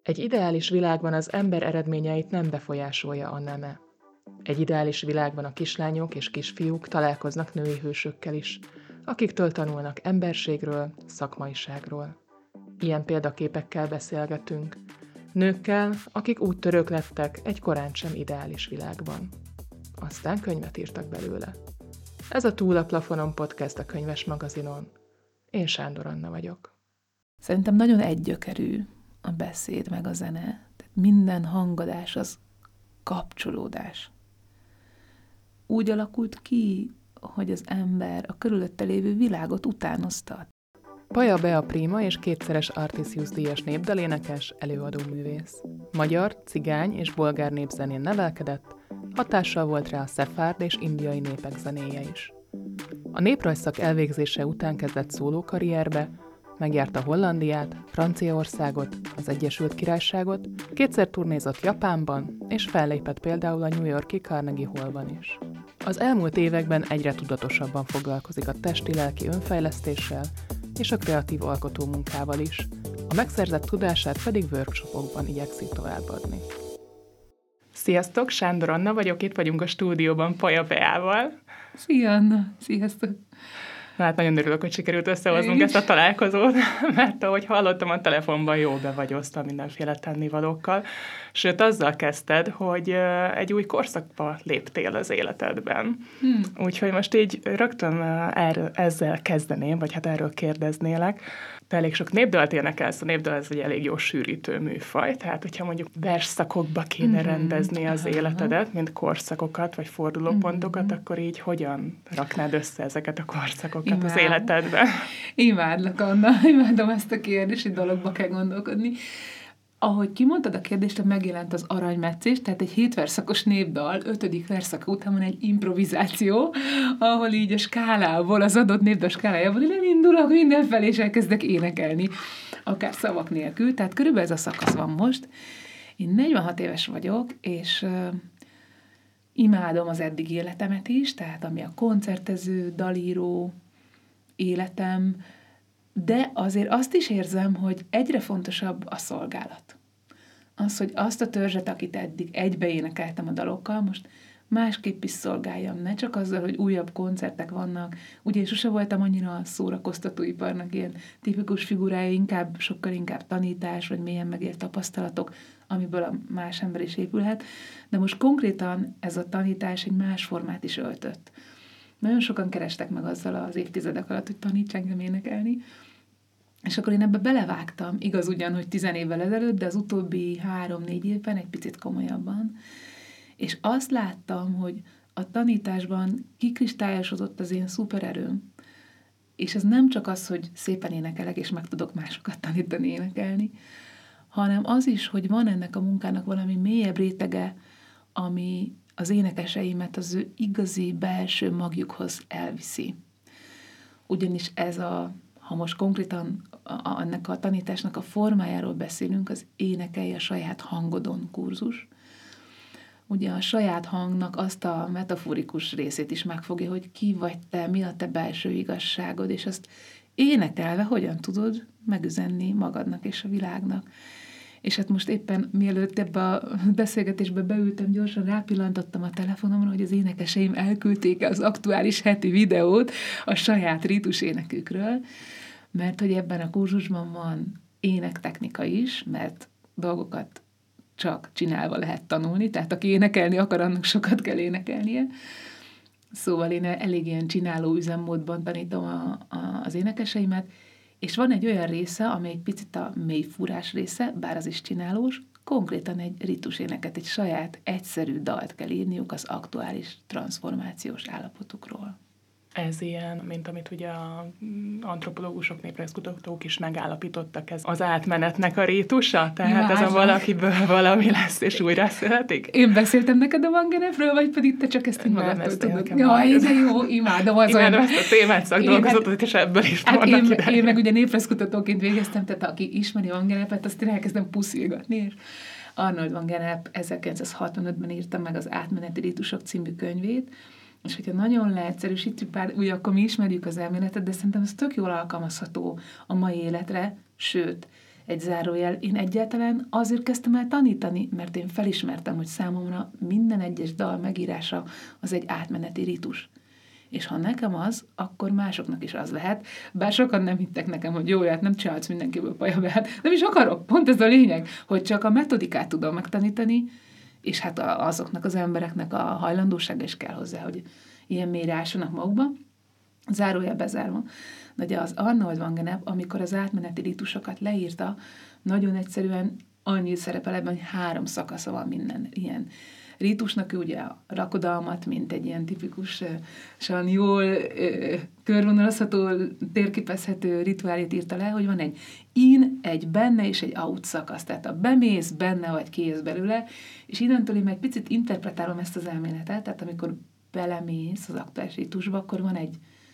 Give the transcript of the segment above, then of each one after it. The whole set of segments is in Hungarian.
Egy ideális világban az ember eredményeit nem befolyásolja a neme. Egy ideális világban a kislányok és kisfiúk találkoznak női hősökkel is, akiktől tanulnak emberségről, szakmaiságról. Ilyen példaképekkel beszélgetünk. Nőkkel, akik úttörők lettek egy korán sem ideális világban. Aztán könyvet írtak belőle. Ez a Túl a plafonon podcast a Könyves Magazinon. Én Sándor Anna vagyok. Szerintem nagyon egygyökerű a beszéd meg a zene. Tehát minden hangadás az kapcsolódás. Úgy alakult ki, hogy az ember a körülötte lévő világot utánozta. Paja Bea Prima és kétszeres Artisius díjas népdalénekes, előadóművész. Magyar, cigány és bolgár népzenén nevelkedett, hatással volt rá a szefárd és indiai népek zenéje is. A néprajzszak elvégzése után kezdett szólókarrierbe, megjárta Hollandiát, Franciaországot, az Egyesült Királyságot, kétszer turnézott Japánban, és fellépett például a New York-i Carnegie Hallban is. Az elmúlt években egyre tudatosabban foglalkozik a testi-lelki önfejlesztéssel és a kreatív alkotómunkával is, a megszerzett tudását pedig workshopokban igyekszik továbbadni. Sziasztok, Sándor Anna vagyok, itt vagyunk a stúdióban Paja Beával. Szia, Anna! Sziasztok! Hát nagyon örülök, hogy sikerült összehoznunk ezt a találkozót, mert ahogy hallottam, a telefonban jól be vagy osztva mindenféle tennivalókkal. Sőt, azzal kezdted, hogy egy új korszakba léptél az életedben. Úgyhogy most így rögtön ezzel kezdeném, vagy hát erről kérdeznélek. Te elég sok népdalt énekelsz, a népdal ez egy elég jó sűrítő műfaj, tehát hogyha mondjuk versszakokba kéne rendezni az életedet, mint korszakokat, vagy fordulópontokat, akkor így hogyan raknád össze ezeket a korszakokat az életedben? Imádlak, Anna, imádom ezt a kérdést, egy dologba kell gondolkodni. Ahogy kimondtad a kérdést, megjelent az aranymetszés, tehát egy 7 versszakos népdal, 5. verszak után van egy improvizáció, ahol így a skálából, az adott népdal skálájából én indulok mindenfelé, és elkezdek énekelni, akár szavak nélkül, tehát körülbelül ez a szakasz van most. Én 46 éves vagyok, és imádom az eddigi életemet is, tehát ami a koncertező, dalíró életem, de azért azt is érzem, hogy egyre fontosabb a szolgálat. Az, hogy azt a törzset, akit eddig egybe énekeltem a dalokkal, most másképp is szolgáljam, ne csak azzal, hogy újabb koncertek vannak. Ugye én sose voltam annyira a szórakoztatóiparnak ilyen tipikus figurája, sokkal inkább tanítás, vagy mélyen megélt tapasztalatok, amiből a más ember is épülhet. De most konkrétan ez a tanítás egy más formát is öltött. Nagyon sokan kerestek meg azzal az évtizedek alatt, hogy taníts engem énekelni, és akkor én ebbe belevágtam, igaz ugyan, hogy 10 évvel ezelőtt, de az utóbbi 3-4 évben egy picit komolyabban. És azt láttam, hogy a tanításban kikristályosodott az én szupererőm. És ez nem csak az, hogy szépen énekelek, és meg tudok másokat tanítani énekelni, hanem az is, hogy van ennek a munkának valami mélyebb rétege, ami az énekeseimet az ő igazi belső magjukhoz elviszi. Ugyanis ez ha most konkrétan ennek a tanításnak a formájáról beszélünk, az Énekelj a saját hangodon kurzus. Ugye a saját hangnak azt a metaforikus részét is megfogja, hogy ki vagy te, mi a te belső igazságod, és azt énekelve hogyan tudod megüzenni magadnak és a világnak. És hát most éppen mielőtt ebbe a beszélgetésbe beültem, gyorsan rápillantottam a telefonomra, hogy az énekeseim elküldték az aktuális heti videót a saját rítus énekükről, mert hogy ebben a kurzusban van énektechnika is, mert dolgokat csak csinálva lehet tanulni, tehát aki énekelni akar, annak sokat kell énekelnie. Szóval én elég ilyen csináló üzemmódban tanítom az énekeseimet, és van egy olyan része, ami egy picit a mélyfúrás része, bár az is csinálós, konkrétan egy rítuséneket, egy saját, egyszerű dalt kell írniuk az aktuális transformációs állapotukról. Ez ilyen, mint amit ugye az antropológusok, néprajzkutatók is megállapítottak, ez az átmenetnek a rítusa? Tehát ez a valakiből valami lesz, és újra születik? Én beszéltem neked a Van Genepről, vagy pedig te csak ezt így magadtól tudod? Jaj, de jó, imádom az olyan. Imádom ezt a témát, szakdolgozatot, és ebből is vannak idején. Én meg ugye néprajzkutatóként végeztem, tehát aki ismeri Van Genepet, azt én elkezdem puszilgatni, és Arnold Van Gennep 1965-ben írta meg az Átmeneti rítusok című könyvét, és hogyha nagyon leegyszerűsítjük, bár ugye akkor mi ismerjük az elméletet, de szerintem ez tök jól alkalmazható a mai életre, sőt, egy zárójel, én egyáltalán azért kezdtem el tanítani, mert én felismertem, hogy számomra minden egyes dal megírása az egy átmeneti ritus. És ha nekem az, akkor másoknak is az lehet. Bár sokan nem hittek nekem, hogy jó, hát nem csinálsz mindenkiből pajabát. Nem is akarok, pont ez a lényeg, hogy csak a metodikát tudom megtanítani, és hát azoknak az embereknek a hajlandósága is kell hozzá, hogy ilyen mélyre ássanak magukba. Zárójel bezárva. De ugye az Arnold van Gennep, amikor az átmeneti ritusokat leírta, nagyon egyszerűen annyi szerepel ebben, hogy 3 szakasza van minden ilyen ritusnak. Ő ugye a rakodalmat, mint egy ilyen tipikusan jól körvonalazható, térképezhető rituálét írta le, hogy van egy in, egy benne és egy out szakasz. Tehát a bemész, benne vagy kijössz belőle, és innentől én egy picit interpretálom ezt az elméletet, tehát amikor belemész az aktuális ritusba, akkor van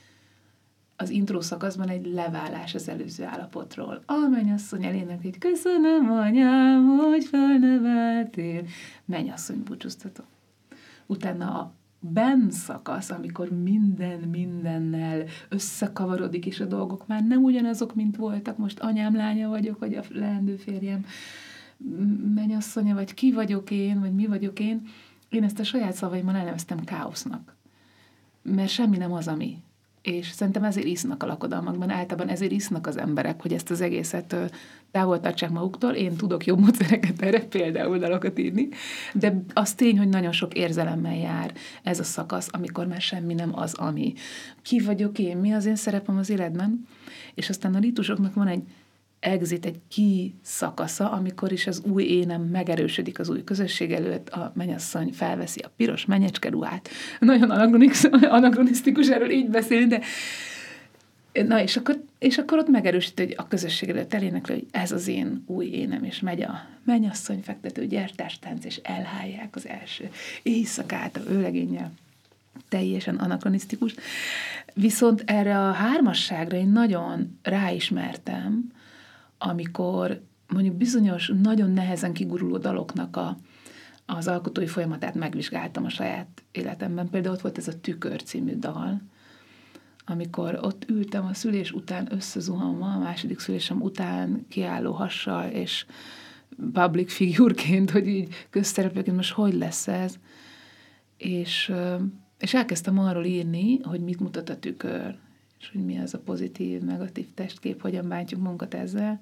az intro szakaszban egy leválás az előző állapotról. A mennyasszony elénekli, hogy köszönöm, anyám, hogy felneveltél. Mennyasszony búcsúztató. Utána a benn szakasz, amikor minden mindennel összekavarodik, és a dolgok már nem ugyanazok, mint voltak. Most anyám lánya vagyok, vagy a leendő férjem mennyasszonya, vagy ki vagyok én, vagy mi vagyok én. Én ezt a saját szavaimmal elneveztem káosznak. Mert semmi nem az, ami. És szerintem ezért isznak a lakodalmakban, általában ezért isznak az emberek, hogy ezt az egészet távol tartsák maguktól. Én tudok jobb módszereket erre, például dalokat írni, de az tény, hogy nagyon sok érzelemmel jár ez a szakasz, amikor már semmi nem az, ami. Ki vagyok én, mi az én szerepem az életben, és aztán a ritusoknak van egy exit, egy ki szakasza, amikor is az új énem megerősödik az új közösség előtt, a mennyasszony felveszi a piros menyecske ruhát. Nagyon anakronisztikus erről így beszélni, de na, és akkor ott megerősít, hogy a közösség előtt elénekli, hogy ez az én új énem, és megy a mennyasszony fektető gyertástánc, és elhálják az első éjszakát a vőlegénnyel. Teljesen anakronisztikus. Viszont erre a hármasságra én nagyon ráismertem, amikor mondjuk bizonyos, nagyon nehezen kiguruló daloknak az alkotói folyamatát megvizsgáltam a saját életemben. Például ott volt ez a Tükör című dal, amikor ott ültem a szülés után összezuhanva, a második szülésem után kiálló hassal, és public figurként, hogy így közszereplőként most hogy lesz ez. És elkezdtem arról írni, hogy mit mutat a tükör, és hogy mi az a pozitív, negatív testkép, hogyan bántjuk magunkat ezzel.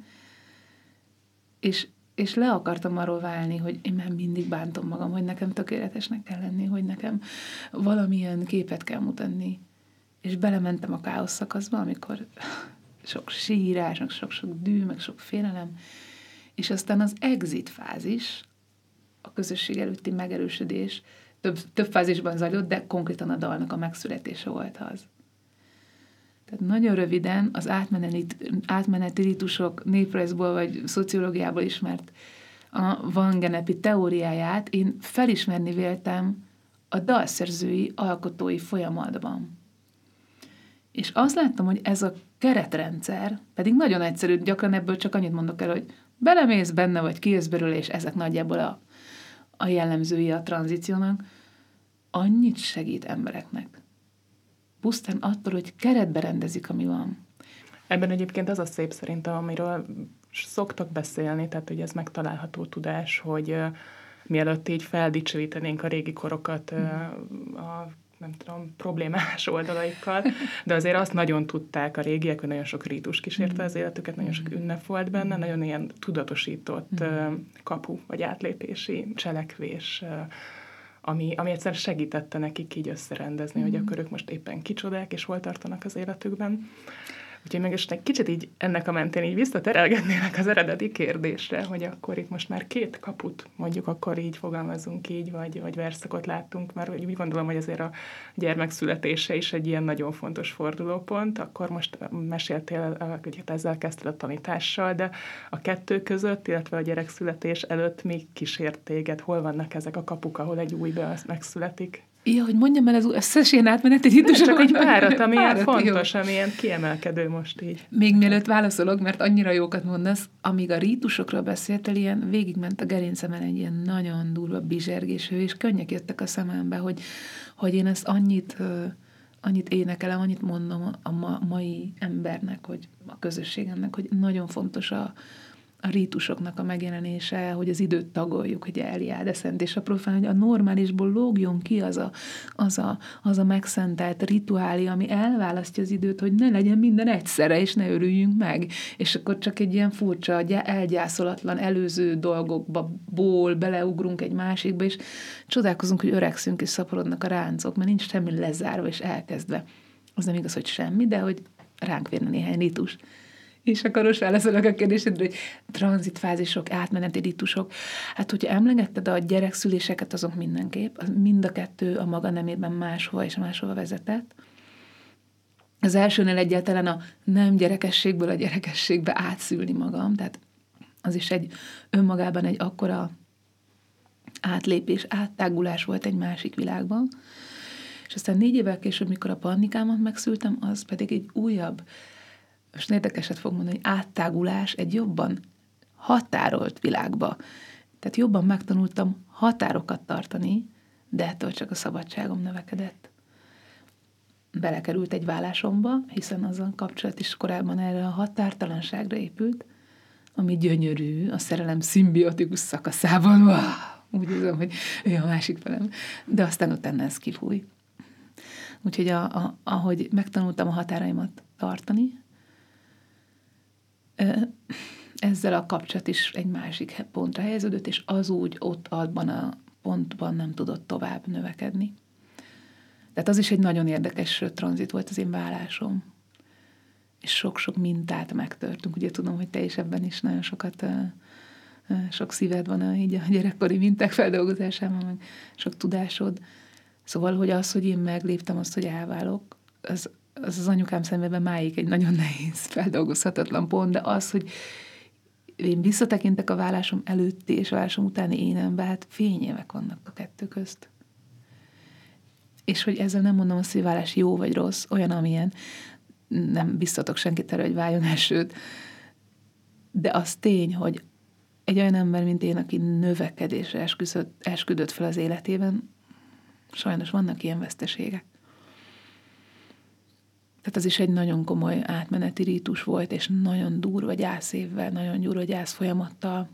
És le akartam arról válni, hogy én már mindig bántom magam, hogy nekem tökéletesnek kell lenni, hogy nekem valamilyen képet kell mutatni. És belementem a káosz szakaszba, amikor sok sírás, meg sok dű, meg sok félelem, és aztán az exit fázis, a közösség előtti megerősödés, több fázisban zajlott, de konkrétan a dalnak a megszületése volt az. Tehát nagyon röviden az átmeneti ritusok néprajzból vagy szociológiából ismert a Van Gennepi teóriáját én felismerni véltem a dalszerzői, alkotói folyamatban. És azt láttam, hogy ez a keretrendszer, pedig nagyon egyszerű, gyakran ebből csak annyit mondok el, hogy belemész benne, vagy kijössz belőle, és ezek nagyjából a jellemzői a tranzíciónak, annyit segít embereknek. Pusztán attól, hogy keretbe rendezik, ami van. Ebben egyébként az a szép szerintem, amiről szoktak beszélni, tehát hogy ez megtalálható tudás, hogy mielőtt így feldicsőítenénk a régi korokat a nem tudom, problémás oldalaikkal, de azért azt nagyon tudták a régiek, hogy nagyon sok rítus kísérte az életüket, nagyon sok ünnep volt benne, nagyon ilyen tudatosított kapu, vagy átlépési cselekvés, ami egyszerűen segítette nekik így összerendezni, hogy akkor ők most éppen kicsodák, és hol tartanak az életükben. Úgyhogy meg is egy kicsit így ennek a mentén így visszaterelgetnének az eredeti kérdésre, hogy akkor itt most már 2 kaput, mondjuk akkor így fogalmazunk így, vagy verszakot láttunk, mert úgy gondolom, hogy azért a gyermek születése is egy ilyen nagyon fontos fordulópont, akkor most meséltél, hogy ezzel kezdtél a tanítással, de a 2 között, illetve a gyerekszületés előtt még kísért téged, hol vannak ezek a kapuk, ahol egy új megszületik? Ja, hogy mondjam el az összes ilyen átmeneti ritusok. Csak egy párat, ami ilyen fontos, ami ilyen kiemelkedő most így. Még mielőtt válaszolok, mert annyira jókat mondasz, amíg a rítusokról beszéltél, ilyen végigment a gerincemen egy ilyen nagyon durva bizsergéső, és könnyek jöttek a szemembe, hogy én ezt annyit énekelem, annyit mondom a mai embernek, hogy a közösségemnek, hogy nagyon fontos a rítusoknak a megjelenése, hogy az időt tagoljuk, hogy Eliáde szent és a profán, hogy a normálisból lógjon ki az a megszentelt rituálé, ami elválasztja az időt, hogy ne legyen minden egyszerre, és ne örüljünk meg. És akkor csak egy ilyen furcsa, elgyászolatlan előző dolgokból beleugrunk egy másikba, és csodálkozunk, hogy öregszünk, és szaporodnak a ráncok, mert nincs semmi lezárva és elkezdve. Az nem igaz, hogy semmi, de hogy ránk vérne néhány ritus. És akkor most válaszolok a kérdésedre, hogy tranzitfázisok, átmeneti ritusok. Hát, hogyha emlegetted a gyerekszüléseket, azok mindenképp, mind a kettő a maga nemében máshova és máshova vezetett. Az elsőnél egyáltalán a nem gyerekességből a gyerekességbe átszülni magam, tehát az is önmagában egy akkora átlépés, áttágulás volt egy másik világban. És aztán 4 évvel később, mikor a Pannikámat megszültem, az pedig egy újabb, most érdekeset fog mondani, áttágulás egy jobban határolt világba. Tehát jobban megtanultam határokat tartani, de ettől csak a szabadságom növekedett. Belekerült egy vállásomba, hiszen az a kapcsolat is korábban erre a határtalanságra épült, ami gyönyörű, a szerelem szimbiotikus szakaszával. Wow, úgy érzem, hogy ő a másik felem. De aztán utána ez kifúj. Úgyhogy ahogy megtanultam a határaimat tartani, ezzel a kapcsolat is egy másik pontra helyeződött, és az úgy ott abban a pontban nem tudott tovább növekedni. Tehát az is egy nagyon érdekes tranzit volt az én válásom. És sok-sok mintát megtörtünk. Ugye tudom, hogy te is ebben is nagyon sok szíved van így a gyerekkori minták feldolgozásában, meg sok tudásod. Szóval, hogy az, hogy én megléptem azt, hogy elválok, az anyukám szemében máig egy nagyon nehéz, feldolgozhatatlan pont, de az, hogy én visszatekintek a válásom előtti és a válásom utáni énembe, hát fényévek vannak a kettő közt. És hogy ezzel nem mondom azt, hogy válás jó vagy rossz, olyan, amilyen, nem biztatok senkit erre, hogy váljon el, sőt, de az tény, hogy egy olyan ember, mint én, aki növekedésre esküdött fel az életében, sajnos vannak ilyen veszteségek. Tehát az is egy nagyon komoly átmeneti rítus volt, és nagyon durva gyászévvel, nagyon durva gyász folyamattal.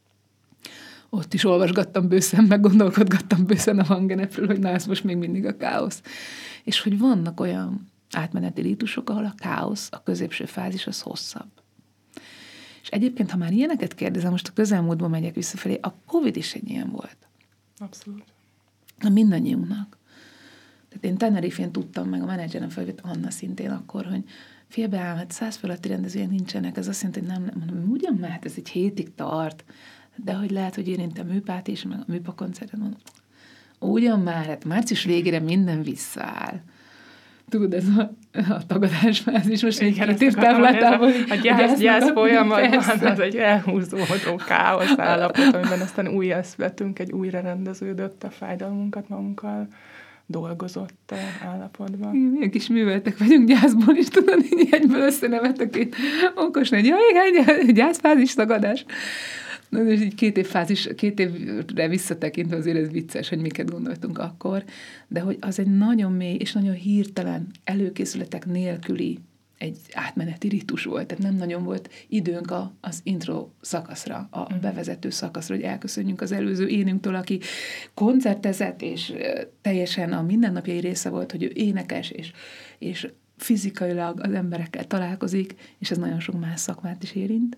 Ott is olvasgattam bőszen, meg gondolkodgattam bőszen a Wangenepről, hogy na, ez most még mindig a káosz. És hogy vannak olyan átmeneti rítusok, ahol a káosz, a középső fázis az hosszabb. És egyébként, ha már ilyeneket kérdezem, most a közelmúltban megyek visszafelé, a Covid is egy ilyen volt. Abszolút. Na mindannyiunknak. Tehát én Tenerifén tudtam, meg a menedzserem felvett Anna szintén akkor, hogy félbeáll, hát 100 fölötti rendezvények nincsenek, ez azt jelenti, hogy nem, mondom, ugyan már, hát ez egy hétig tart, de hogy lehet, hogy érint a műpát is, meg a műpakoncertet, mondom, ugyan már, hát március végére minden visszaáll. Tudod, ez a tagadásfázis, most egy két évtáblátában. A gyász folyamatban az egy elhúzódó káosz állapot, amiben aztán új eszületünk, egy újra rendeződött a fájdalmunkat magunkkal dolgozott állapotban. Milyen kis műveltek vagyunk gyászból is, tudod, így egyből összenevettek egy okos nagy, jaj, gyászfázis, tagadás. Na, és így 2 évre visszatekintve azért ez vicces, hogy miket gondoltunk akkor, de hogy az egy nagyon mély és nagyon hirtelen előkészületek nélküli egy átmeneti ritus volt, tehát nem nagyon volt időnk az intro szakaszra, a bevezető szakaszra, hogy elköszönjünk az előző énünktől, aki koncertezett, és teljesen a mindennapjai része volt, hogy ő énekes, és fizikailag az emberekkel találkozik, és ez nagyon sok más szakmát is érint.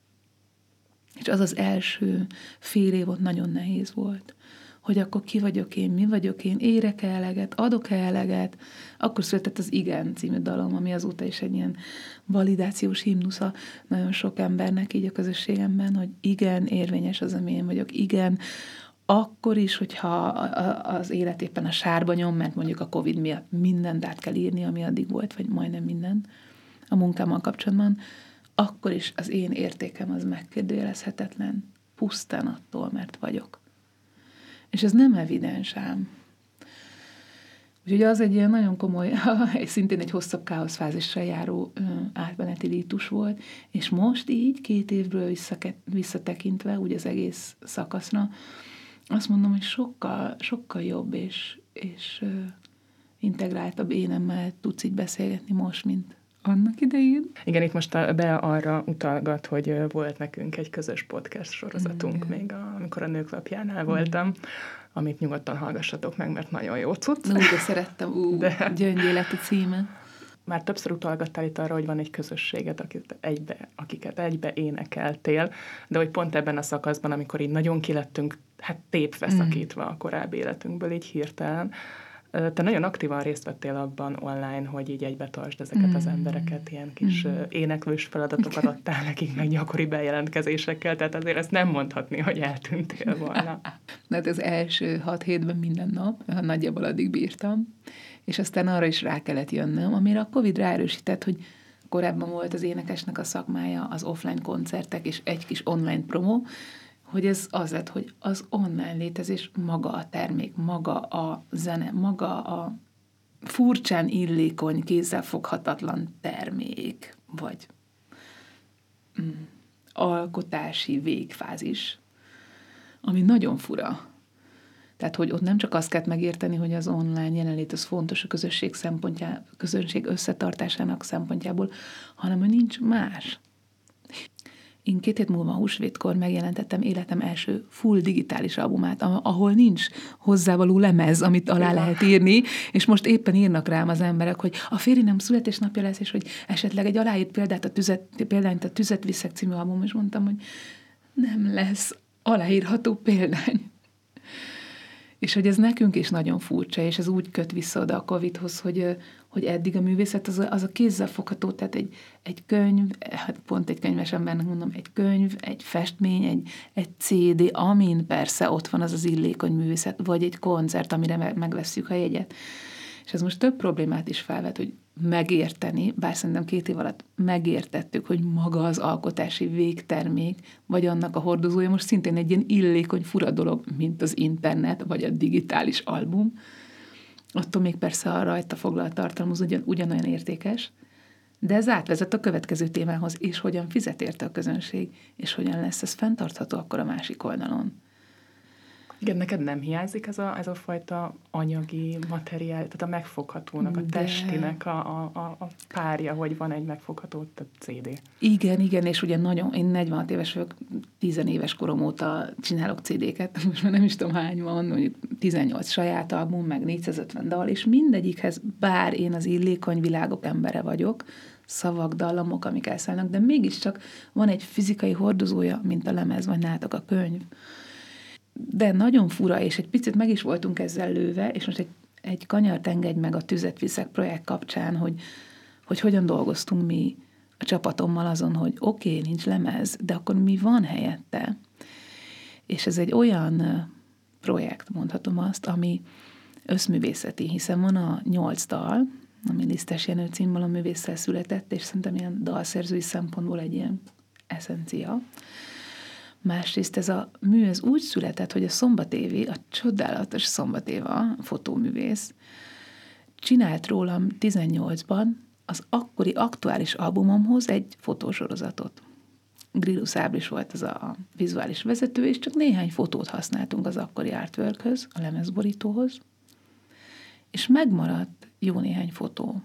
És az az első fél év ott nagyon nehéz volt, hogy akkor ki vagyok én, mi vagyok én, érek-e eleget, adok-e eleget. Akkor született az Igen című dalom, ami azóta is egy ilyen validációs himnusza nagyon sok embernek így a közösségemben, hogy igen, érvényes az, ami én vagyok, igen, akkor is, hogyha az élet éppen a sárba nyom, mert mondjuk a Covid miatt mindent át kell írni, ami addig volt, vagy majdnem minden a munkámmal kapcsolatban, akkor is az én értékem az megkérdőjelezhetetlen, pusztán attól, mert vagyok. És ez nem evidens ám. Úgyhogy az egy ilyen nagyon komoly, szintén egy hosszabb káoszfázisra járó átmeneti rítus volt, és most így 2 évből visszatekintve, úgy az egész szakaszra, azt mondom, hogy sokkal jobb és integráltabb énemmel tudsz így beszélgetni most, mint annak idején. Igen, itt most be arra utalgat, hogy volt nekünk egy közös podcast sorozatunk még, amikor a Nőklapjánál voltam, amit nyugodtan hallgassatok meg, mert nagyon jó cucc. De szerettem, Gyöngyéleti címe. Már többször utalgattál itt arra, hogy van egy közösséget, akiket egybe énekeltél, de hogy pont ebben a szakaszban, amikor így nagyon kilettünk, tépve szakítva a korábbi életünkből, így hirtelen, te nagyon aktívan részt vettél abban online, hogy így egybe tartsd ezeket az embereket, ilyen kis éneklős feladatokat adtál nekik, meg gyakori bejelentkezésekkel, tehát azért ezt nem mondhatni, hogy eltűntél volna. De az első 6 hétben minden nap, nagyjából addig bírtam, és aztán arra is rá kellett jönnöm, amire a Covid ráerősített, hogy korábban volt az énekesnek a szakmája, az offline koncertek és egy kis online promo, hogy ez az lett, hogy az online létezés maga a termék, maga a zene, maga a furcsán illékony, kézzelfoghatatlan termék, vagy alkotási végfázis, ami nagyon fura. Tehát, hogy ott nem csak azt kellett megérteni, hogy az online jelenlét az fontos a közönség összetartásának szempontjából, hanem hogy nincs más. Én 2 hét múlva húsvétkor megjelentettem életem első full digitális albumát, ahol nincs hozzávaló lemez, amit alá lehet írni, és most éppen írnak rám az emberek, hogy a férjem születésnapja lesz, és hogy esetleg egy aláírt példányt a Tüzet viszek című album, és mondtam, hogy nem lesz aláírható példány. És hogy ez nekünk is nagyon furcsa, és ez úgy köt vissza oda a Covid-hoz, hogy eddig a művészet az a kézzel fogható, tehát egy könyv, pont egy könyves embernek mondom, egy könyv, egy festmény, egy CD, amin persze ott van az illékony művészet, vagy egy koncert, amire megvesszük a jegyet. És ez most több problémát is felvet, hogy megérteni, bár szerintem 2 év alatt megértettük, hogy maga az alkotási végtermék, vagy annak a hordozója most szintén egy ilyen illékony fura dolog, mint az internet, vagy a digitális album. Attól még persze a rajta foglalt tartalom az ugyanolyan értékes, de ez átvezet a következő témához, és hogyan fizet érte a közönség, és hogyan lesz ez fenntartható akkor a másik oldalon. Igen, neked nem hiányzik ez a fajta anyagi materiál, tehát a megfoghatónak, a testinek a párja, hogy van egy megfogható CD. Igen, és ugye én 46 éves vagyok, 10 éves korom óta csinálok CD-ket, most már nem is tudom hány van, mondjuk 18 saját album, meg 450 dal, és mindegyikhez, bár én az illékony világok embere vagyok, szavak, dallamok, amik elszállnak, de mégiscsak van egy fizikai hordozója, mint a lemez, vagy nálatok a könyv. De nagyon fura, és egy picit meg is voltunk ezzel lőve, és most egy kanyart engedj meg a Tüzet viszek projekt kapcsán, hogy hogyan dolgoztunk mi a csapatommal azon, hogy oké, nincs lemez, de akkor mi van helyette? És ez egy olyan projekt, mondhatom azt, ami összművészeti, hiszen van a 8 dal, ami Lisztes Jenő címbalom-művésszel született, és szerintem ilyen dalszerzői szempontból egy ilyen eszencia. Másrészt ez a mű ez úgy született, hogy a Szombat Évi, a csodálatos Szombat Éva fotóművész csinált rólam 18-ban az akkori aktuális albumomhoz egy fotósorozatot. Grillus Ábris volt az a vizuális vezető, és csak néhány fotót használtunk az akkori artworkhöz, a lemezborítóhoz, és megmaradt jó néhány fotó.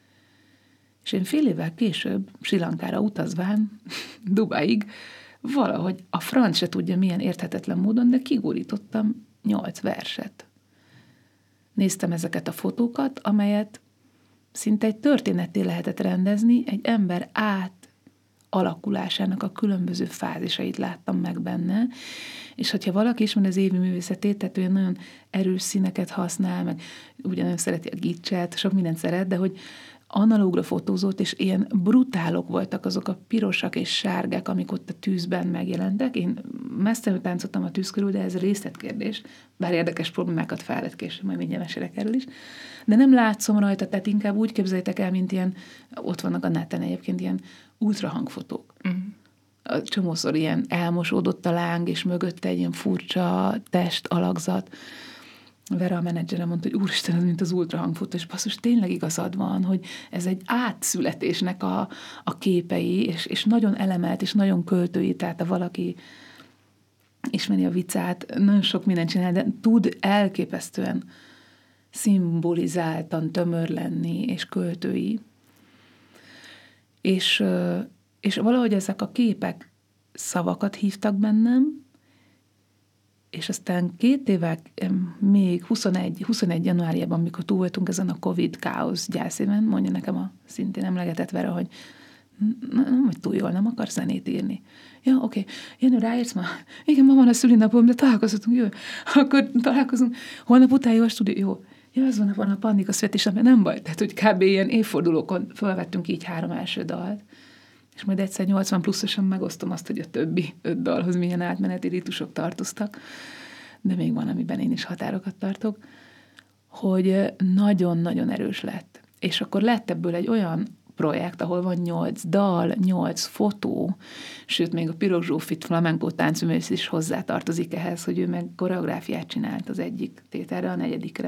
És én fél évvel később, Sri Lankára utazván, Dubáig, valahogy a franc se tudja milyen érthetetlen módon, de kigurítottam 8 verset. Néztem ezeket a fotókat, amelyet szinte egy történetté lehetett rendezni, egy ember alakulásának a különböző fázisait láttam meg benne, és hogyha valaki ismeri az Évi művészetét, tehát olyan nagyon erős színeket használ, meg ugyanolyan szereti a gicset, sok mindent szeret, de hogy analógra fotózott, és ilyen brutálok voltak azok a pirosak és sárgák, amik ott a tűzben megjelentek. Én mesztelenül táncoltam a tűz körül, de ez részletkérdés, bár érdekes problémákat felvett később, majd mindjárt mesélek erről is. De nem látszom rajta, tehát inkább úgy képzeljétek el, mint ilyen, ott vannak a neten egyébként ilyen ultrahangfotók. Csomószor ilyen elmosódott a láng, és mögötte egy ilyen furcsa test, alakzat. Vera a menedzserem mondta, hogy úristen, ez mint az ultrahangfotó, és basszus, tényleg igazad van, hogy ez egy átszületésnek a képei, és nagyon elemelt, és nagyon költői, tehát ha valaki ismeri a viccát, nagyon sok mindent csinál, de tud elképesztően szimbolizáltan tömör lenni, és költői. És valahogy ezek a képek szavakat hívtak bennem, és aztán 2 évvel, még 21 januárjában, amikor túl voltunk ezen a Covid káosz gyászéven, mondja nekem a szintén emlegetett Vera, hogy nem vagy túl jól, nem akarsz zenét írni. Ja, oké. Jenő, ráérsz ma? Igen, ma van a szülinapom, de találkozhatunk, jó? Akkor találkozunk. Holnap után jó a stúdió? Jó. Ja, az van a Pannika Szvetis, ami nem baj. Tehát, hogy kb. Ilyen évfordulókon felvettünk így 3 első dalt, és majd egyszer 80 pluszosan megosztom azt, hogy a többi 5 dalhoz milyen átmeneti ritusok tartoztak, de még van, amiben én is határokat tartok, hogy nagyon-nagyon erős lett. És akkor lett ebből egy olyan projekt, ahol van 8 dal, 8 fotó, sőt, még a Pirog Zsófit flamenco táncművész is hozzátartozik ehhez, hogy ő meg koreográfiát csinált az egyik tételre, a 4.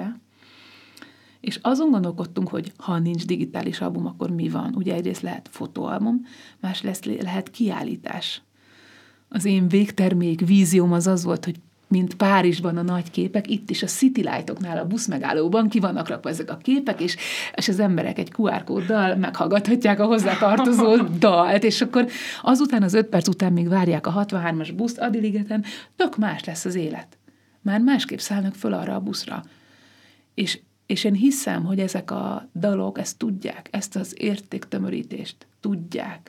És azon gondolkodtunk, hogy ha nincs digitális album, akkor mi van? Ugye egyrészt lehet fotóalbum, más lehet kiállítás. Az én végtermék vízióm az volt, hogy mint Párizsban a nagy képek, itt is a City Light-oknál a buszmegállóban ki vannak rakva ezek a képek, és az emberek egy QR kóddal meghallgathatják a hozzátartozó dalt, és akkor azután az 5 perc után még várják a 63-as buszt Adiligeten, tök más lesz az élet. Már másképp szállnak föl arra a buszra. És én hiszem, hogy ezek a dalok ezt tudják, ezt az értéktömörítést tudják.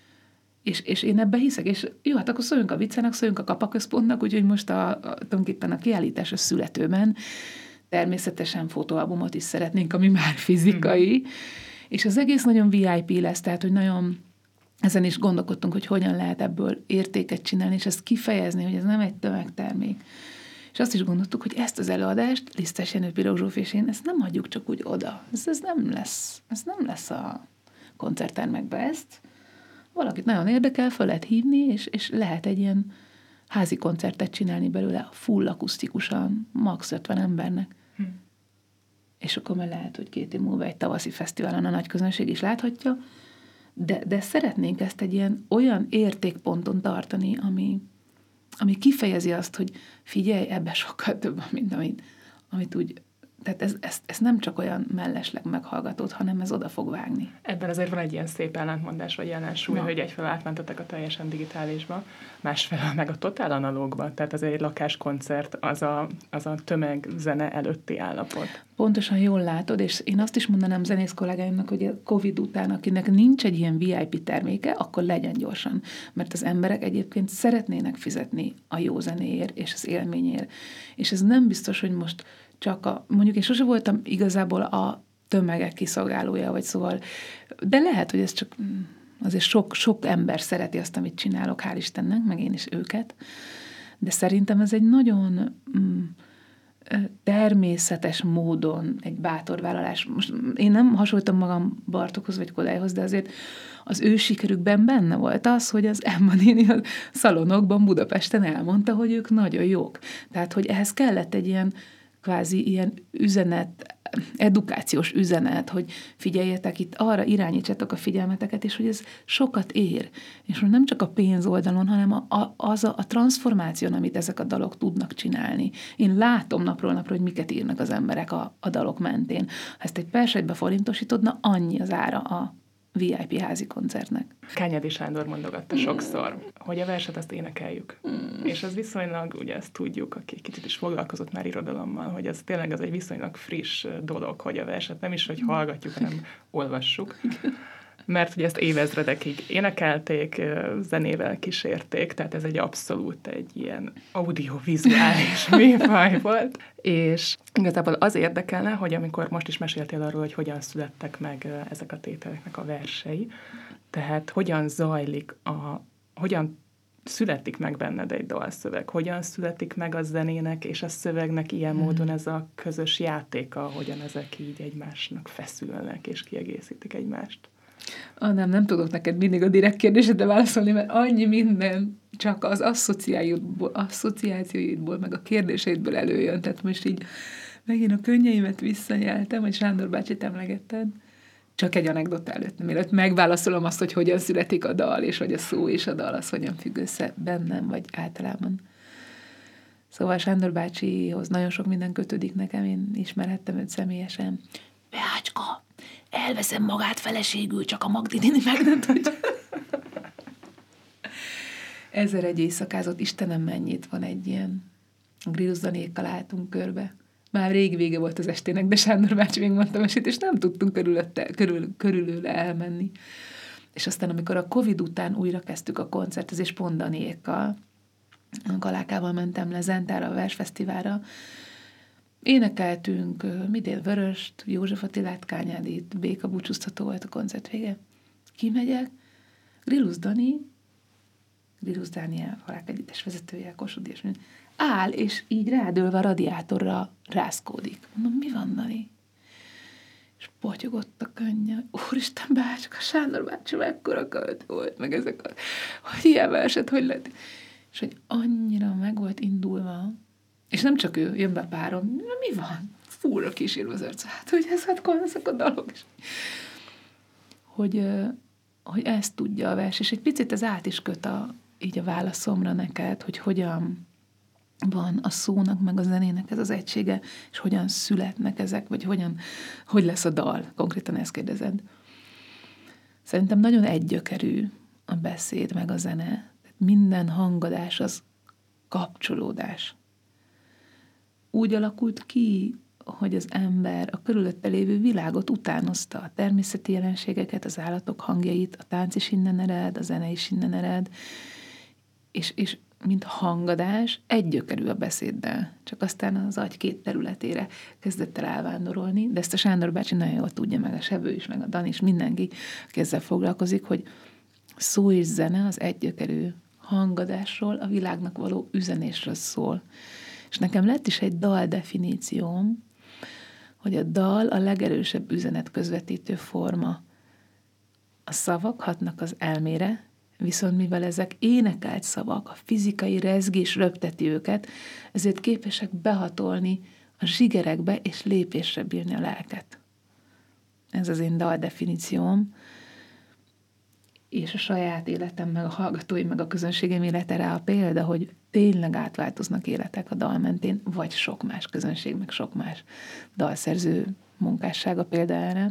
És én ebben hiszek, és jó, hát akkor szóljunk a viccenek, szóljunk a Kapaközpontnak, úgyhogy most tulajdonképpen a kiállítás a születőben természetesen fotóalbumot is szeretnénk, ami már fizikai, és az egész nagyon VIP lesz, tehát, hogy nagyon ezen is gondolkodtunk, hogy hogyan lehet ebből értéket csinálni, és ezt kifejezni, hogy ez nem egy tömegtermék. És azt is gondoltuk, hogy ezt az előadást, Lisztes Jenő, Pirog Zsófi és én, ezt nem hagyjuk csak úgy oda. Ez nem lesz a koncerttermekbe ezt. Valakit nagyon érdekel, fel lehet hívni, és lehet egy ilyen házi koncertet csinálni belőle, full akusztikusan, max. 50 embernek. És akkor már lehet, hogy 2 év múlva egy tavaszi fesztiválon a nagy közönség is láthatja, de szeretnénk ezt egy ilyen olyan értékponton tartani, ami kifejezi azt, hogy figyelj, ebbe sokkal több, mint amit úgy... Tehát ez nem csak olyan mellesleg meghallgatód, hanem ez oda fog vágni. Ebben azért van egy ilyen szép ellentmondás, vagy ellensúly, hogy egyfelől átmentetek a teljesen digitálisba, másfelől meg a totál analógba. Tehát az egy lakáskoncert, az a tömegzene előtti állapot. Pontosan jól látod, és én azt is mondanám zenész kollégáimnak, hogy a Covid után, akinek nincs egy ilyen VIP terméke, akkor legyen gyorsan. Mert az emberek egyébként szeretnének fizetni a jó zenéért és az élményért. És ez nem biztos, hogy most csak mondjuk én sose voltam igazából a tömegek kiszolgálója, vagy szóval, de lehet, hogy ez csak azért sok ember szereti azt, amit csinálok, hál' Istennek, meg én is őket, de szerintem ez egy nagyon természetes módon egy bátor vállalás. Most én nem hasonlítom magam Bartókhoz vagy Kodályhoz, de azért az ő sikerükben benne volt az, hogy az Emma néni a szalonokban Budapesten elmondta, hogy ők nagyon jók. Tehát, hogy ehhez kellett egy ilyen kvázi ilyen üzenet, edukációs üzenet, hogy figyeljetek, itt arra irányítsatok a figyelmeteket, és hogy ez sokat ér. És most nem csak a pénz oldalon, hanem a transformáción, amit ezek a dalok tudnak csinálni. Én látom napról napra, hogy miket írnak az emberek a dalok mentén. Ha ezt egy persejtbe forintosítod, na annyi az ára a VIP házi koncertnek. Kányádi Sándor mondogatta sokszor, hogy a verset azt énekeljük. És ez viszonylag, ugye ezt tudjuk, aki kicsit is foglalkozott már irodalommal, hogy ez tényleg az egy viszonylag friss dolog, hogy a verset nem is, hogy hallgatjuk, hanem olvassuk. Mert ugye ezt évezredekig énekelték, zenével kísérték, tehát ez egy abszolút egy ilyen audiovizuális műfaj volt. És igazából az érdekelne, hogy amikor most is meséltél arról, hogy hogyan születtek meg ezek a tételeknek a versei, tehát hogyan zajlik, hogyan születik meg benned egy dalszöveg, hogyan születik meg a zenének és a szövegnek ilyen módon ez a közös játéka, hogyan ezek így egymásnak feszülnek és kiegészítik egymást. Nem tudok neked mindig a direkt kérdésedre válaszolni, mert annyi minden csak az asszociációidból, meg a kérdéseidből előjön. Tehát most így megint a könnyeimet visszanyeltem, hogy Sándor bácsit emlegetted. Csak egy anekdota előtt, mielőtt megválaszolom azt, hogy hogyan születik a dal, és hogy a szó és a dal az hogyan függ össze bennem, vagy általában. Szóval Sándor bácsihoz nagyon sok minden kötődik nekem, én ismerhettem őt személyesen. Beácska, elveszem magát feleségül, csak a Magdi néni meg nem tudja. 1001 éjszakázott, Istenem mennyit, van egy ilyen Grillus Danékkal álltunk körbe. Már régi vége volt az estének, de Sándor bácsi még mondta mesét, és nem tudtunk körülőle elmenni. És aztán, amikor a Covid után újra kezdtük a koncertezést pont Daniékkal, a Galákával mentem le Zentára, a versfesztiválra, énekeltünk midén Vöröst, József Attilát, Kányádit, béka búcsúztató volt a koncert vége. Kimegyek, Grillus Dani, Grillus Dániel, Halák együttes vezetője, Kossuth és áll, és így rádölve a radiátorra rázkódik. Mondom, mi van, Dani? És potyogott a könnye. Úristen bácsak, a Sándor bácsi mekkora költ volt, meg ezek a, hogy ilyen verset, hogy lett. És hogy annyira meg volt indulva, és nem csak ő, jön be párom, mi van? Fúrra kísérve az arcát, hogy ezek a dalok is. Hogy ezt tudja a vers, és egy picit ez át is köt így a válaszomra neked, hogy hogyan van a szónak, meg a zenének ez az egysége, és hogyan születnek ezek, vagy hogy lesz a dal. Konkrétan ezt kérdezed. Szerintem nagyon egygyökerű a beszéd, meg a zene. Minden hangadás az kapcsolódás. Úgy alakult ki, hogy az ember a körülötte lévő világot utánozta, a természeti jelenségeket, az állatok hangjait, a tánc is innen ered, a zene is innen ered, és mint hangadás egygyökerű a beszéddel, csak aztán az agy két területére kezdett el elvándorolni, de ezt a Sándor bácsi nagyon jól tudja, meg a Sebő is, meg a Dan is, mindenki, aki ezzel foglalkozik, hogy szó és zene az egygyökerű hangadásról, a világnak való üzenésről szól. És nekem lett is egy dal definícióm, hogy a dal a legerősebb üzenet közvetítő forma. A szavak hatnak az elmére, viszont mivel ezek énekelt szavak, a fizikai rezgés röpteti őket, ezért képesek behatolni a zsigerekbe és lépésre bírni a lelket. Ez az én dal definícióm, és a saját életem, meg a hallgatói, meg a közönségem élete rá a példa, hogy tényleg átváltoznak életek a dal mentén, vagy sok más közönség, meg sok más dalszerző munkássága példa erre.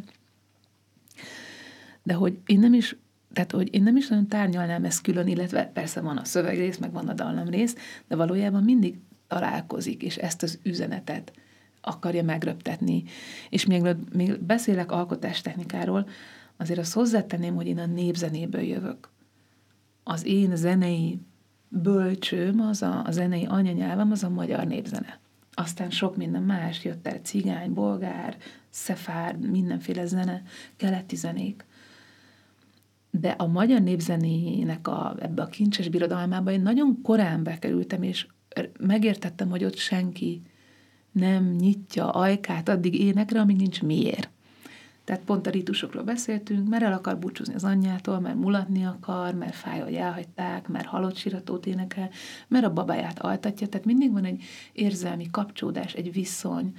De hogy én nem is nagyon tárgyalnám ezt külön, illetve persze van a szövegrész, meg van a dallamrész, de valójában mindig találkozik, és ezt az üzenetet akarja megröptetni. És még beszélek alkotástechnikáról, azért azt hozzátenném, hogy én a népzenéből jövök. Az én zenei bölcsőm, a zenei anyanyelvem, az a magyar népzene. Aztán sok minden más jött el, cigány, bolgár, szefárd, mindenféle zene, keleti zenék. De a magyar népzenének ebbe a kincses birodalmába én nagyon korán bekerültem, és megértettem, hogy ott senki nem nyitja ajkát addig énekre, amíg nincs miért. Tehát pont a rítusokról beszéltünk, mert el akar búcsúzni az anyjától, mert mulatni akar, mert fáj, hogy elhagyták, mert halott síratót énekel, mert a babáját altatja. Tehát mindig van egy érzelmi kapcsolódás, egy viszony,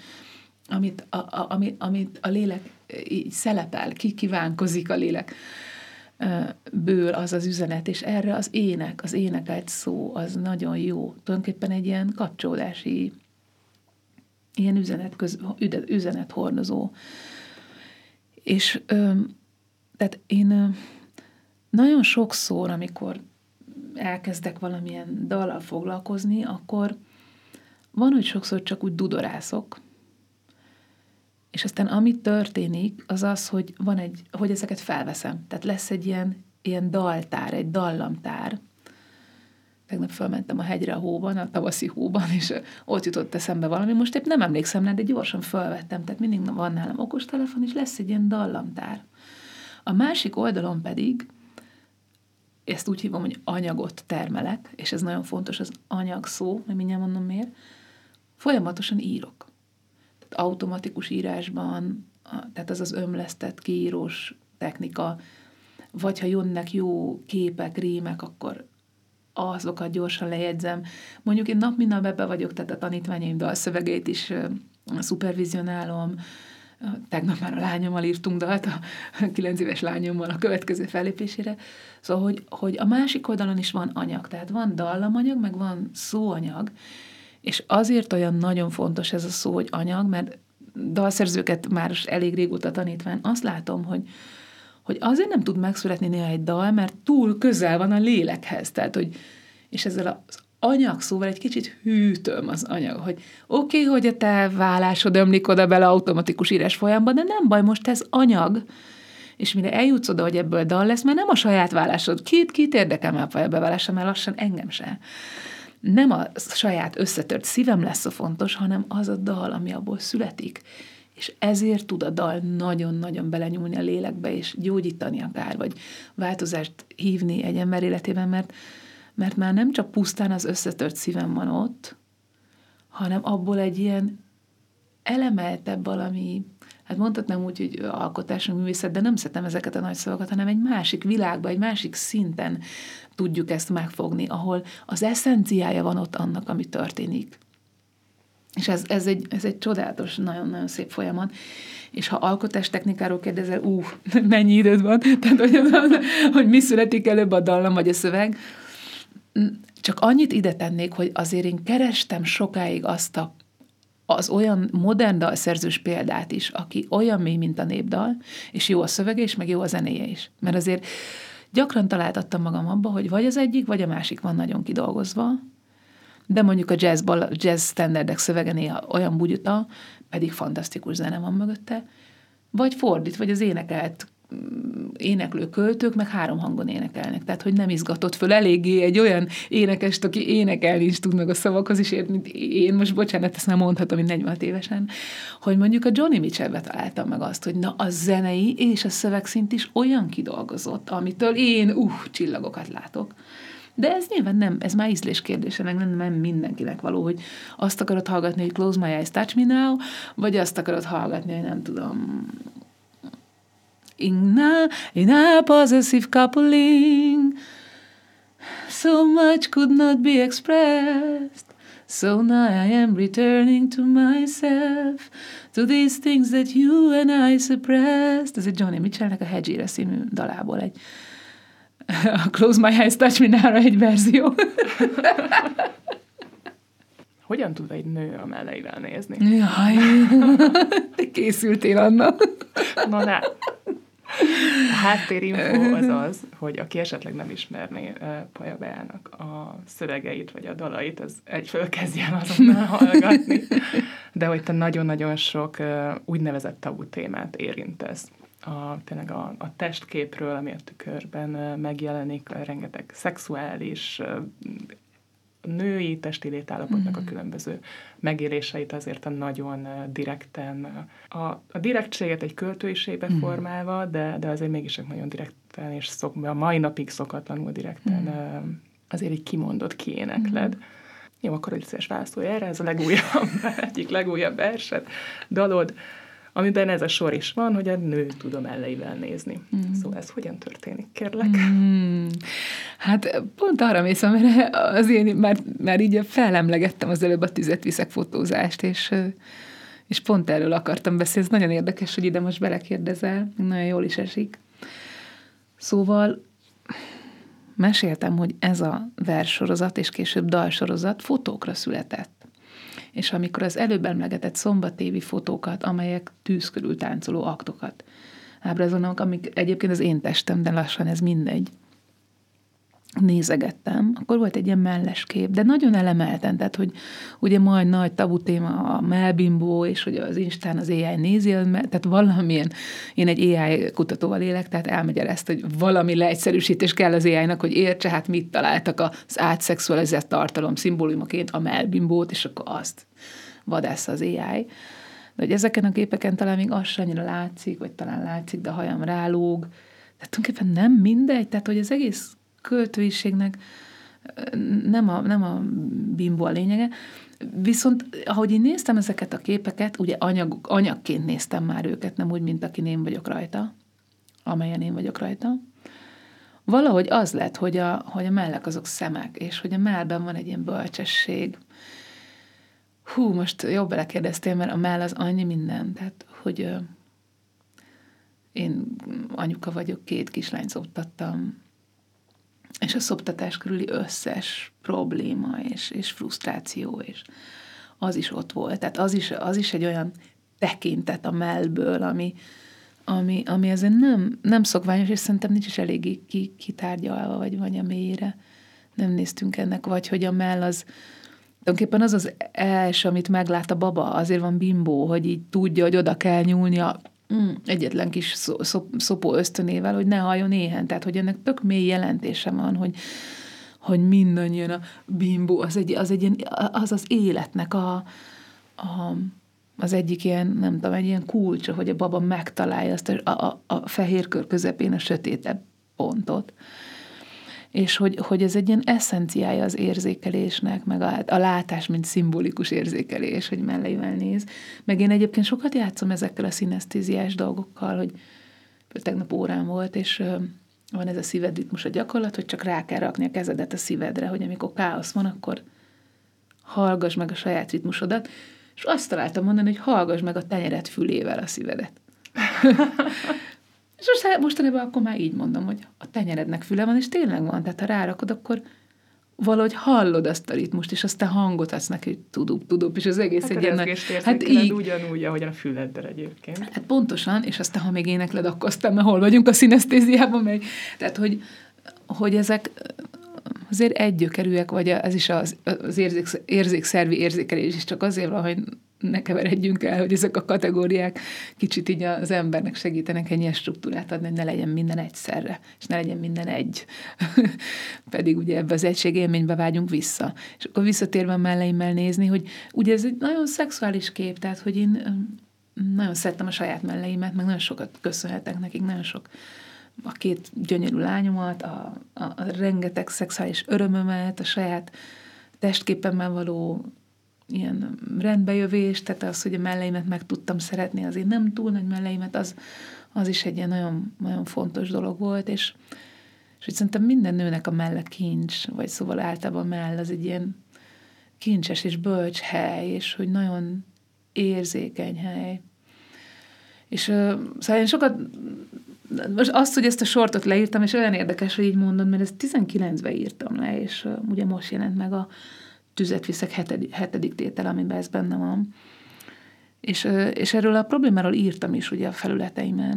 amit a lélek így szelepel, kivánkozik a lélek ből az az üzenet, és erre az énekelt szó, az nagyon jó. Tulajdonképpen egy ilyen kapcsolódási, ilyen üzenethordozó. És tehát én nagyon sokszor, amikor elkezdek valamilyen dallal foglalkozni, akkor van, hogy sokszor csak úgy dudorászok, és aztán ami történik, az az, hogy hogy ezeket felveszem. Tehát lesz egy ilyen daltár, egy dallamtár. Tegnap felmentem a hegyre a hóban, a tavaszi hóban, és ott jutott eszembe valami. Most épp nem emlékszem rá, de gyorsan felvettem, tehát mindig van nálam okostelefon, és lesz egy ilyen dallamtár. A másik oldalon pedig, ezt úgy hívom, hogy anyagot termelek, és ez nagyon fontos, az anyag szó, mert mindjárt mondom miért, folyamatosan írok. Tehát automatikus írásban, tehát az ömlesztett kiírós technika, vagy ha jönnek jó képek, rímek, akkor azokat gyorsan lejegyzem. Mondjuk én nap mint nap ebbe vagyok, tehát a tanítványaim dalszövegeit is szupervizionálom. Tegnap már a lányommal írtunk dalt, a 9 éves lányommal a következő fellépésére. Szóval, hogy a másik oldalon is van anyag, tehát van dallamanyag, meg van szóanyag, és azért olyan nagyon fontos ez a szó, hogy anyag, mert dalszerzőket már elég régóta tanítván, azt látom, hogy azért nem tud megszületni néha egy dal, mert túl közel van a lélekhez. Tehát, hogy, és ezzel az anyag szóval egy kicsit hűtöm az anyag, hogy oké, hogy a te vállásod ömlik oda bele automatikus írás folyamban, de nem baj, most ez anyag, és mire eljutsz oda, hogy ebből dal lesz, mert nem a saját vállásod. Kit érdekel már a bevállása, mert lassan engem se. Nem a saját összetört szívem lesz a fontos, hanem az a dal, ami abból születik. És ezért tud a dal nagyon-nagyon belenyúlni a lélekbe, és gyógyítani akár, vagy változást hívni egy ember életében, mert már nem csak pusztán az összetört szívem van ott, hanem abból egy ilyen elemeltebb valami, hát mondhatnám úgy, hogy alkotás, művészet, de nem szeretem ezeket a nagy szavakat, hanem egy másik világban, egy másik szinten tudjuk ezt megfogni, ahol az eszenciája van ott annak, ami történik. És ez egy csodálatos, nagyon-nagyon szép folyamat. És ha alkotástechnikáról kérdezel, mennyi időd van? Tehát, hogy mi születik előbb, a dallam vagy a szöveg. Csak annyit ide tennék, hogy azért én kerestem sokáig az olyan modern dalszerzős példát is, aki olyan mély, mint a népdal, és jó a szövege is, meg jó a zenéje is. Mert azért gyakran találtattam magam abba, hogy vagy az egyik, vagy a másik van nagyon kidolgozva, de mondjuk a jazz standardek szövege néha olyan bugyuta, pedig fantasztikus zene van mögötte, vagy fordít, vagy az éneklő költők meg 3 hangon énekelnek. Tehát, hogy nem izgatott föl eléggé egy olyan énekest, aki énekelni is tud meg a szavakhoz is érni, mint én most, bocsánat, ezt nem mondhatom, mint 46 évesen, hogy mondjuk a Johnny Mitchellbe találtam meg azt, hogy na, a zenei és a szövegszint is olyan kidolgozott, amitől én csillagokat látok. De ez nyilván nem, ez már ízlés kérdése, nem mindenkinek való, hogy azt akarod hallgatni, hogy Close My Eyes, Touch Me Now, vagy azt akarod hallgatni, hogy nem tudom, in a possessive coupling, so much could not be expressed, so now I am returning to myself, to these things that you and I suppressed. Ez egy Johnny Mitchellnek a Hedgire című dalából egy a Close My Eyes, Touch Me Now-ra egy verzió. Hogyan tud egy nő a melleivel nézni? Jaj, te készültél, Anna. Na, ne. A háttérinfó az, hogy aki esetleg nem ismerné Paja Beának a szövegeit, vagy a dalait, az egyfelől kezdjen azonnal hallgatni. De hogy te nagyon-nagyon sok úgynevezett tabu témát érintesz. Tényleg a testképről, ami a tükörben megjelenik, rengeteg szexuális, női testi létállapotnak a különböző megéléseit azért a nagyon direkten, a direktséget egy költőiségbe formálva, de azért mégis nagyon direkten, és a mai napig szokatlanul direkten azért így kimondott, kiénekled. Jó, akkor egy szíves válaszolj erre, ez a egyik legújabb verset, dalod, amiben ez a sor is van, hogy a nő tudom elleivel nézni. Szóval ez hogyan történik, kérlek? Hát pont arra mészem, mert az én már így felemlegettem az előbb a tüzet viszek fotózást, és pont erről akartam beszélni. Ez nagyon érdekes, hogy ide most belekérdezel, nagyon jól is esik. Szóval meséltem, hogy ez a verssorozat, és később dalsorozat fotókra született. És amikor az előbb emlegetett szombatévi fotókat, amelyek tűz körül táncoló aktokat ábrázolnak, amik egyébként az én testem, de lassan ez mindegy, nézegettem, akkor volt egy ilyen melles kép, de nagyon elemelten, tehát, hogy ugye majd nagy tabu téma a mellbimbó, és hogy az Instán az AI nézi, tehát valamilyen, én egy AI kutatóval élek, tehát elmegy el ezt, hogy valami leegyszerűsítés kell az AI-nak, hogy értse, hát mit találtak az átszexualizált tartalom szimbólumaként a mellbimbót, és akkor azt vadásza az AI. De hogy ezeken a képeken talán még az sem annyira látszik, vagy talán látszik, de a hajam rálóg. Tehát tulajdonképpen nem mindegy, tehát hogy az egész költőiségnek nem a bimbó a lényege. Viszont, ahogy én néztem ezeket a képeket, ugye anyagként néztem már őket, nem úgy, mint akin én vagyok rajta, amelyen én vagyok rajta. Valahogy az lett, hogy a mellek azok szemek, és hogy a mellben van egy ilyen bölcsesség. Most jobb belekérdeztél, mert a mell az annyi minden, tehát, hogy én anyuka vagyok, 2 kislányt szoptattam, és a szoptatás körüli összes probléma és frusztráció, és az is ott volt. Tehát az is egy olyan tekintet a mellből, ami azért nem szokványos, és szerintem nincs is eléggé kitárgyalva, vagy a mélyére. Nem néztünk ennek, vagy hogy a mell az tulajdonképpen az első, amit meglát a baba, azért van bimbó, hogy így tudja, hogy oda kell nyúlnia egyetlen kis szopó ösztönével, hogy ne halljon éhen. Tehát, hogy ennek tök mély jelentése van, hogy mindannyian a bimbó, az életnek az egyik ilyen, nem tudom, egy ilyen kulcsa, hogy a baba megtalálja azt a fehér kör közepén a sötétebb pontot. És hogy ez egy ilyen eszenciája az érzékelésnek, meg a látás, mint szimbolikus érzékelés, hogy melleivel néz. Meg én egyébként sokat játszom ezekkel a szinesztéziás dolgokkal, hogy tegnap órán volt, és van ez a szívedritmus a gyakorlat, hogy csak rá kell rakni a kezedet a szívedre, hogy amikor káosz van, akkor hallgass meg a saját ritmusodat, és azt találtam mondani, hogy hallgass meg a tenyered fülével a szívedet. És mostanában akkor már így mondom, hogy a tenyerednek füle van, és tényleg van, tehát ha rárakod, akkor valahogy hallod azt a ritmust, és azt a hangot adsz neki, hogy tudup, és az egész egy ilyen... Hát így. Ugyanúgy, ahogyan a füleddel egyébként. Hát pontosan, és aztán, ha még énekled, akkor aztán már hol vagyunk a szinesztéziában, meg. Tehát, hogy ezek azért egygyökerűek, vagy ez is az érzékszervi érzékelés is csak azért van, hogy ne keveredjünk el, hogy ezek a kategóriák kicsit így az embernek segítenek egy ilyen struktúrát adni, hogy ne legyen minden egyszerre, és ne legyen minden egy. Pedig ugye ebbe az egységélménybe vágyunk vissza. És akkor visszatérve a melleimmel nézni, hogy ugye ez egy nagyon szexuális kép, tehát hogy én nagyon szerettem a saját melleimet, meg nagyon sokat köszönhetek nekik, nagyon sok a két gyönyörű lányomat, a rengeteg szexuális örömömet, a saját testképemmel való ilyen rendbejövés, tehát az, hogy a melleimet meg tudtam szeretni, azért nem túl nagy melleimet, az is egy ilyen nagyon, nagyon fontos dolog volt, és hogy szerintem minden nőnek a melle kincs, vagy szóval általában a mell az egy ilyen kincses és bölcs hely, és hogy nagyon érzékeny hely. És szóval én sokat, most azt, hogy ezt a sortot leírtam, és olyan érdekes, hogy így mondod, mert ezt 19-ben írtam le, és ugye most jelent meg a Tüzet viszek 7. tétel, amiben ez benne van. És erről a problémáról írtam is ugye a felületeimen,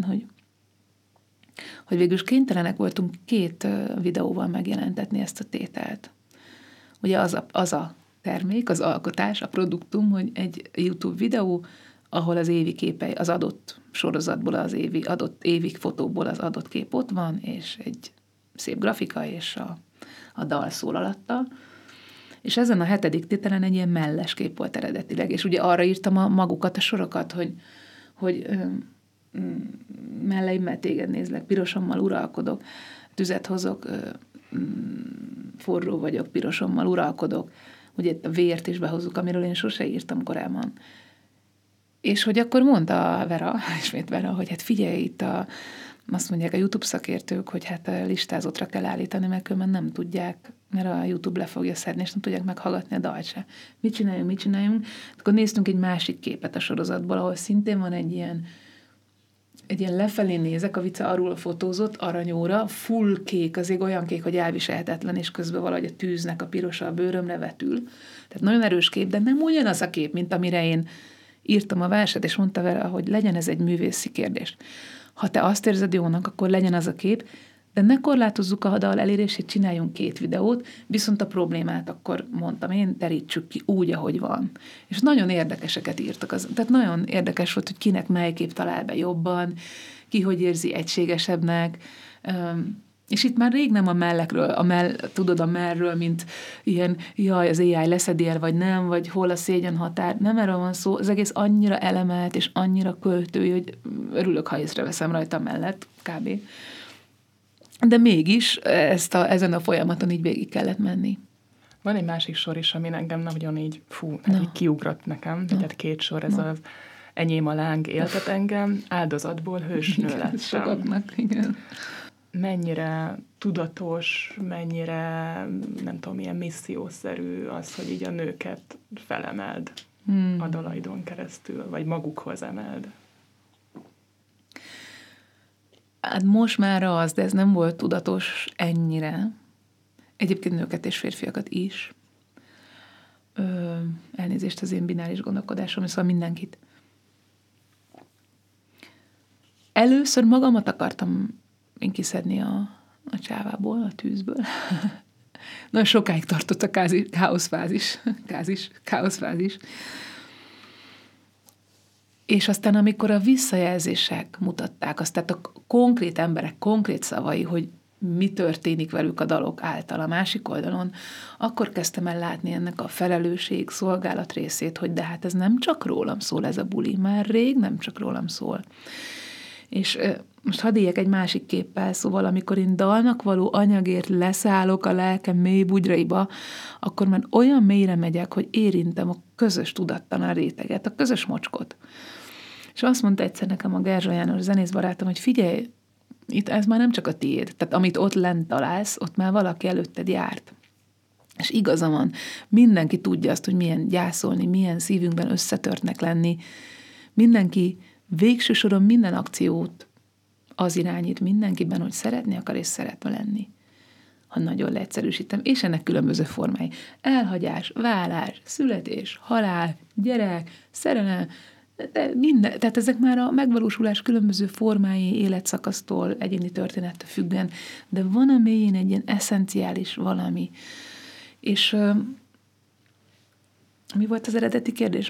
hogy végül is kénytelenek voltunk 2 videóval megjelentetni ezt a tételt. Ugye az a termék, az alkotás, a produktum, hogy egy YouTube videó, ahol az évi képei, az adott sorozatból, az adott évi fotóból az adott kép ott van, és egy szép grafika, és a dal szól alatta. És ezen a 7. tételen egy ilyen melles kép volt eredetileg, és ugye arra írtam magukat a sorokat, hogy melleimmel téged nézlek, pirosommal uralkodok, tüzet hozok, forró vagyok, pirosommal uralkodok, ugye a vért is behozzuk, amiről én sose írtam korábban. És hogy akkor mondta Vera, ismét Vera, hogy hát figyelj, itt azt mondják a YouTube szakértők, hogy hát listázottra kell állítani, mert különben nem tudják, mert a YouTube le fogja szedni, és nem tudják meghallgatni a dalt se. Mit csináljunk? Akkor néztünk egy másik képet a sorozatból, ahol szintén van egy ilyen lefelé nézek, a Vica arról fotózott aranyóra, full kék, azért olyan kék, hogy elviselhetetlen, és közben valahogy a tűznek a pirosa a bőrömre vetül. Tehát nagyon erős kép, de nem ugyanaz a kép, mint amire én írtam a verset, és mondta vele, hogy legyen ez egy művészi kérdés. Ha te azt érzed jónak, akkor legyen az a kép, de ne korlátozzuk a dal elérését, csináljunk 2 videót, viszont a problémát akkor mondtam én, terítsük ki úgy, ahogy van. És nagyon érdekeseket írtak. Tehát nagyon érdekes volt, hogy kinek mely kép talál be jobban, ki hogy érzi egységesebbnek. És itt már rég nem a mellekről, tudod a mellről, mint ilyen, jaj, az AI leszedi el, vagy nem, vagy hol a szégyen határ. Nem erről van szó, az egész annyira elemelt, és annyira költői, hogy örülök, ha észreveszem rajta mellett, kb. De mégis ezen a folyamaton így végig kellett menni. Van egy másik sor is, ami engem nagyon így, így kiugrott nekem, tehát 2 sor, ez az Enyém a láng éltet engem, áldozatból hősnő lettem. Sokaknak, igen. Mennyire tudatos, mennyire, nem tudom, milyen missziószerű az, hogy így a nőket felemeld a dalaidon keresztül, vagy magukhoz emeld. Hát most már az, de ez nem volt tudatos ennyire. Egyébként nőket és férfiakat is. Elnézést az én bináris gondolkodásom, szóval mindenkit. először magamat akartam én kiszedni a csávából, a tűzből. Nagyon sokáig tartott a káoszfázis. És aztán, amikor a visszajelzések mutatták, azt, tehát a konkrét emberek konkrét szavai, hogy mi történik velük a dalok által a másik oldalon, akkor kezdtem el látni ennek a felelősség, szolgálat részét, hogy de hát ez nem csak rólam szól ez a buli, már rég nem csak rólam szól. És most hadd éljek egy másik képpel, szóval amikor én dalnak való anyagért leszállok a lelkem mély bugyraiba, akkor már olyan mélyre megyek, hogy érintem a közös tudattalan réteget, a közös mocskot. És azt mondta egyszer nekem a Gerzsa János zenészbarátom, hogy figyelj, itt ez már nem csak a tiéd, tehát amit ott lent találsz, ott már valaki előtted járt. És igaza van, mindenki tudja azt, hogy milyen gyászolni, milyen szívünkben összetörtnek lenni. Mindenki végső soron minden akciót az irányít mindenkiben, hogy szeretni akar és szeretve lenni. Ha nagyon leegyszerűsítem, és ennek különböző formái. Elhagyás, vállás, születés, halál, gyerek, szerelem, de minden, tehát ezek már a megvalósulás különböző formái, életszakasztól, egyéni történettől függően, de van a mélyén egy ilyen eszenciális valami. És mi volt az eredeti kérdés?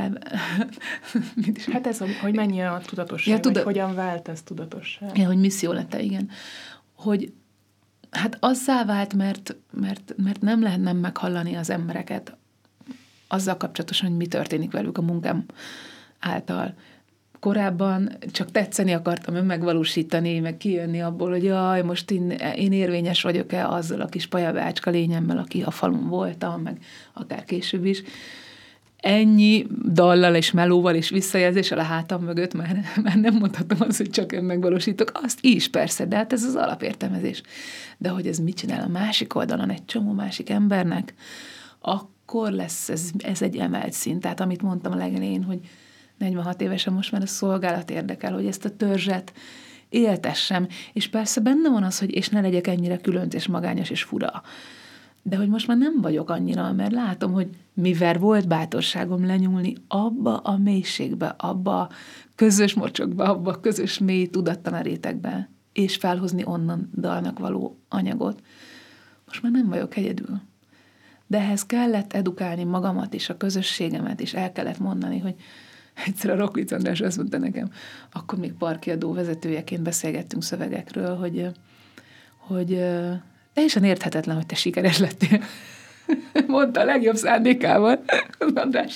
Hát ez, hogy mennyi a tudatosság, vagy hogyan vált ez tudatosság? Ja, hogy misszió lett, igen. Hogy hát azzá vált, mert nem lehet nem meghallani az embereket azzal kapcsolatosan, hogy mi történik velük a munkám által. Korábban csak tetszeni akartam, megvalósítani, meg kijönni abból, hogy jaj, most én érvényes vagyok-e azzal a kis pajabácska lényemmel, aki a falun voltam, meg akár később is. Ennyi dallal és melóval és visszajelzéssel a hátam mögött már nem mondhatom azt, hogy csak én megvalósítok. Azt is persze, de hát ez az alapértelmezés. De hogy ez mit csinál a másik oldalon egy csomó másik embernek, akkor lesz ez egy emelt szint. Tehát amit mondtam a legelején, hogy 46 évesen most már a szolgálat érdekel, hogy ezt a törzset éltessem. És persze benne van az, hogy és ne legyek ennyire különc és magányos és fura. De hogy most már nem vagyok annyira, mert látom, hogy mivel volt bátorságom lenyúlni abba a mélységbe, abba a közös mocsokba, abba a közös mély tudattalan rétegbe, és felhozni onnan dalnak való anyagot. Most már nem vagyok egyedül. De ehhez kellett edukálni magamat és a közösségemet, és el kellett mondani, hogy egyszer a Rokvic András azt mondta nekem, akkor még parkiadó vezetőjeként beszélgettünk szövegekről, hogy teljesen érthetetlen, hogy te sikeres lettél. Mondta a legjobb szándékával András.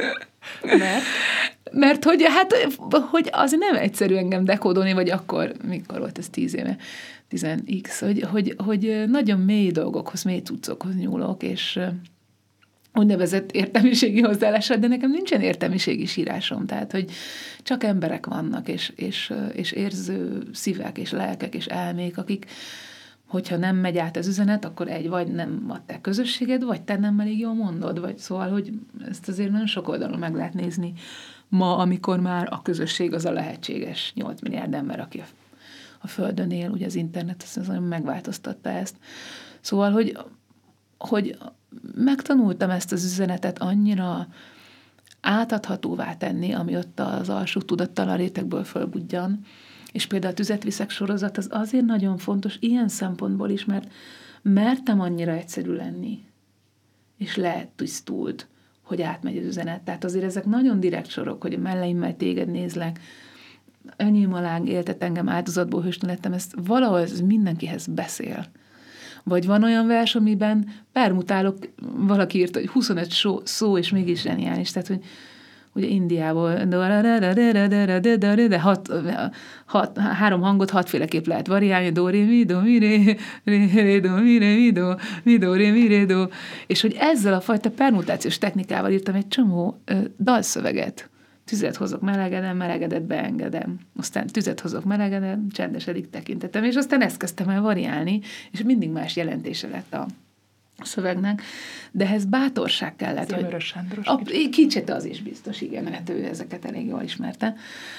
Mert hogy, hogy azért nem egyszerű engem dekódolni, vagy akkor, mikor volt ez 10 éve, 10x, hogy nagyon mély dolgokhoz, mély cuccokhoz nyúlok, és úgynevezett értelmiségi hozzáállással, de nekem nincsen értelmiségi sírásom, tehát, hogy csak emberek vannak, és érző szívek, és lelkek, és elmék, akik, hogyha nem megy át az üzenet, akkor vagy nem a te közösséged, vagy te nem elég jól mondod, vagy szóval, hogy ezt azért nagyon sok oldalon meg lehet nézni ma, amikor már a közösség az a lehetséges 8 milliárd ember, aki a Földön él, ugye az internet az nagyon megváltoztatta ezt. Szóval, hogy megtanultam ezt az üzenetet annyira átadhatóvá tenni, ami ott az alsó tudattalan rétegből fölbudjan, és például a Tüzet viszek sorozat az azért nagyon fontos ilyen szempontból is, mert mertem annyira egyszerű lenni, és letisztult, hogy átmegy az üzenet. Tehát azért ezek nagyon direkt sorok, hogy a melleimmel téged nézlek, enyém alá éltet engem, áldozatból hősnő lettem, ezt valahol ez mindenkihez beszél. Vagy van olyan vers, amiben permutálok, valaki írta, hogy 25 szó, és mégis zseniális. Tehát, hogy ugye Indiából de 3 hangot 6-féleképp lehet variálni, do, ré, mi, do, mi, ré, do, mi, ré, mi, do, ré, mi, ré, do. És hogy ezzel a fajta permutációs technikával írtam egy csomó dalszöveget. Tüzet hozok, melegedem, melegedet beengedem. Aztán tüzet hozok, melegedem, csendesedik tekintetem. És aztán ezt kezdtem el variálni, és mindig más jelentése lett a szövegnek. De ehhez bátorság kellett. Vörös Sándros. Kicsit az is biztos, igen, mert ő ezeket elég jól ismerte.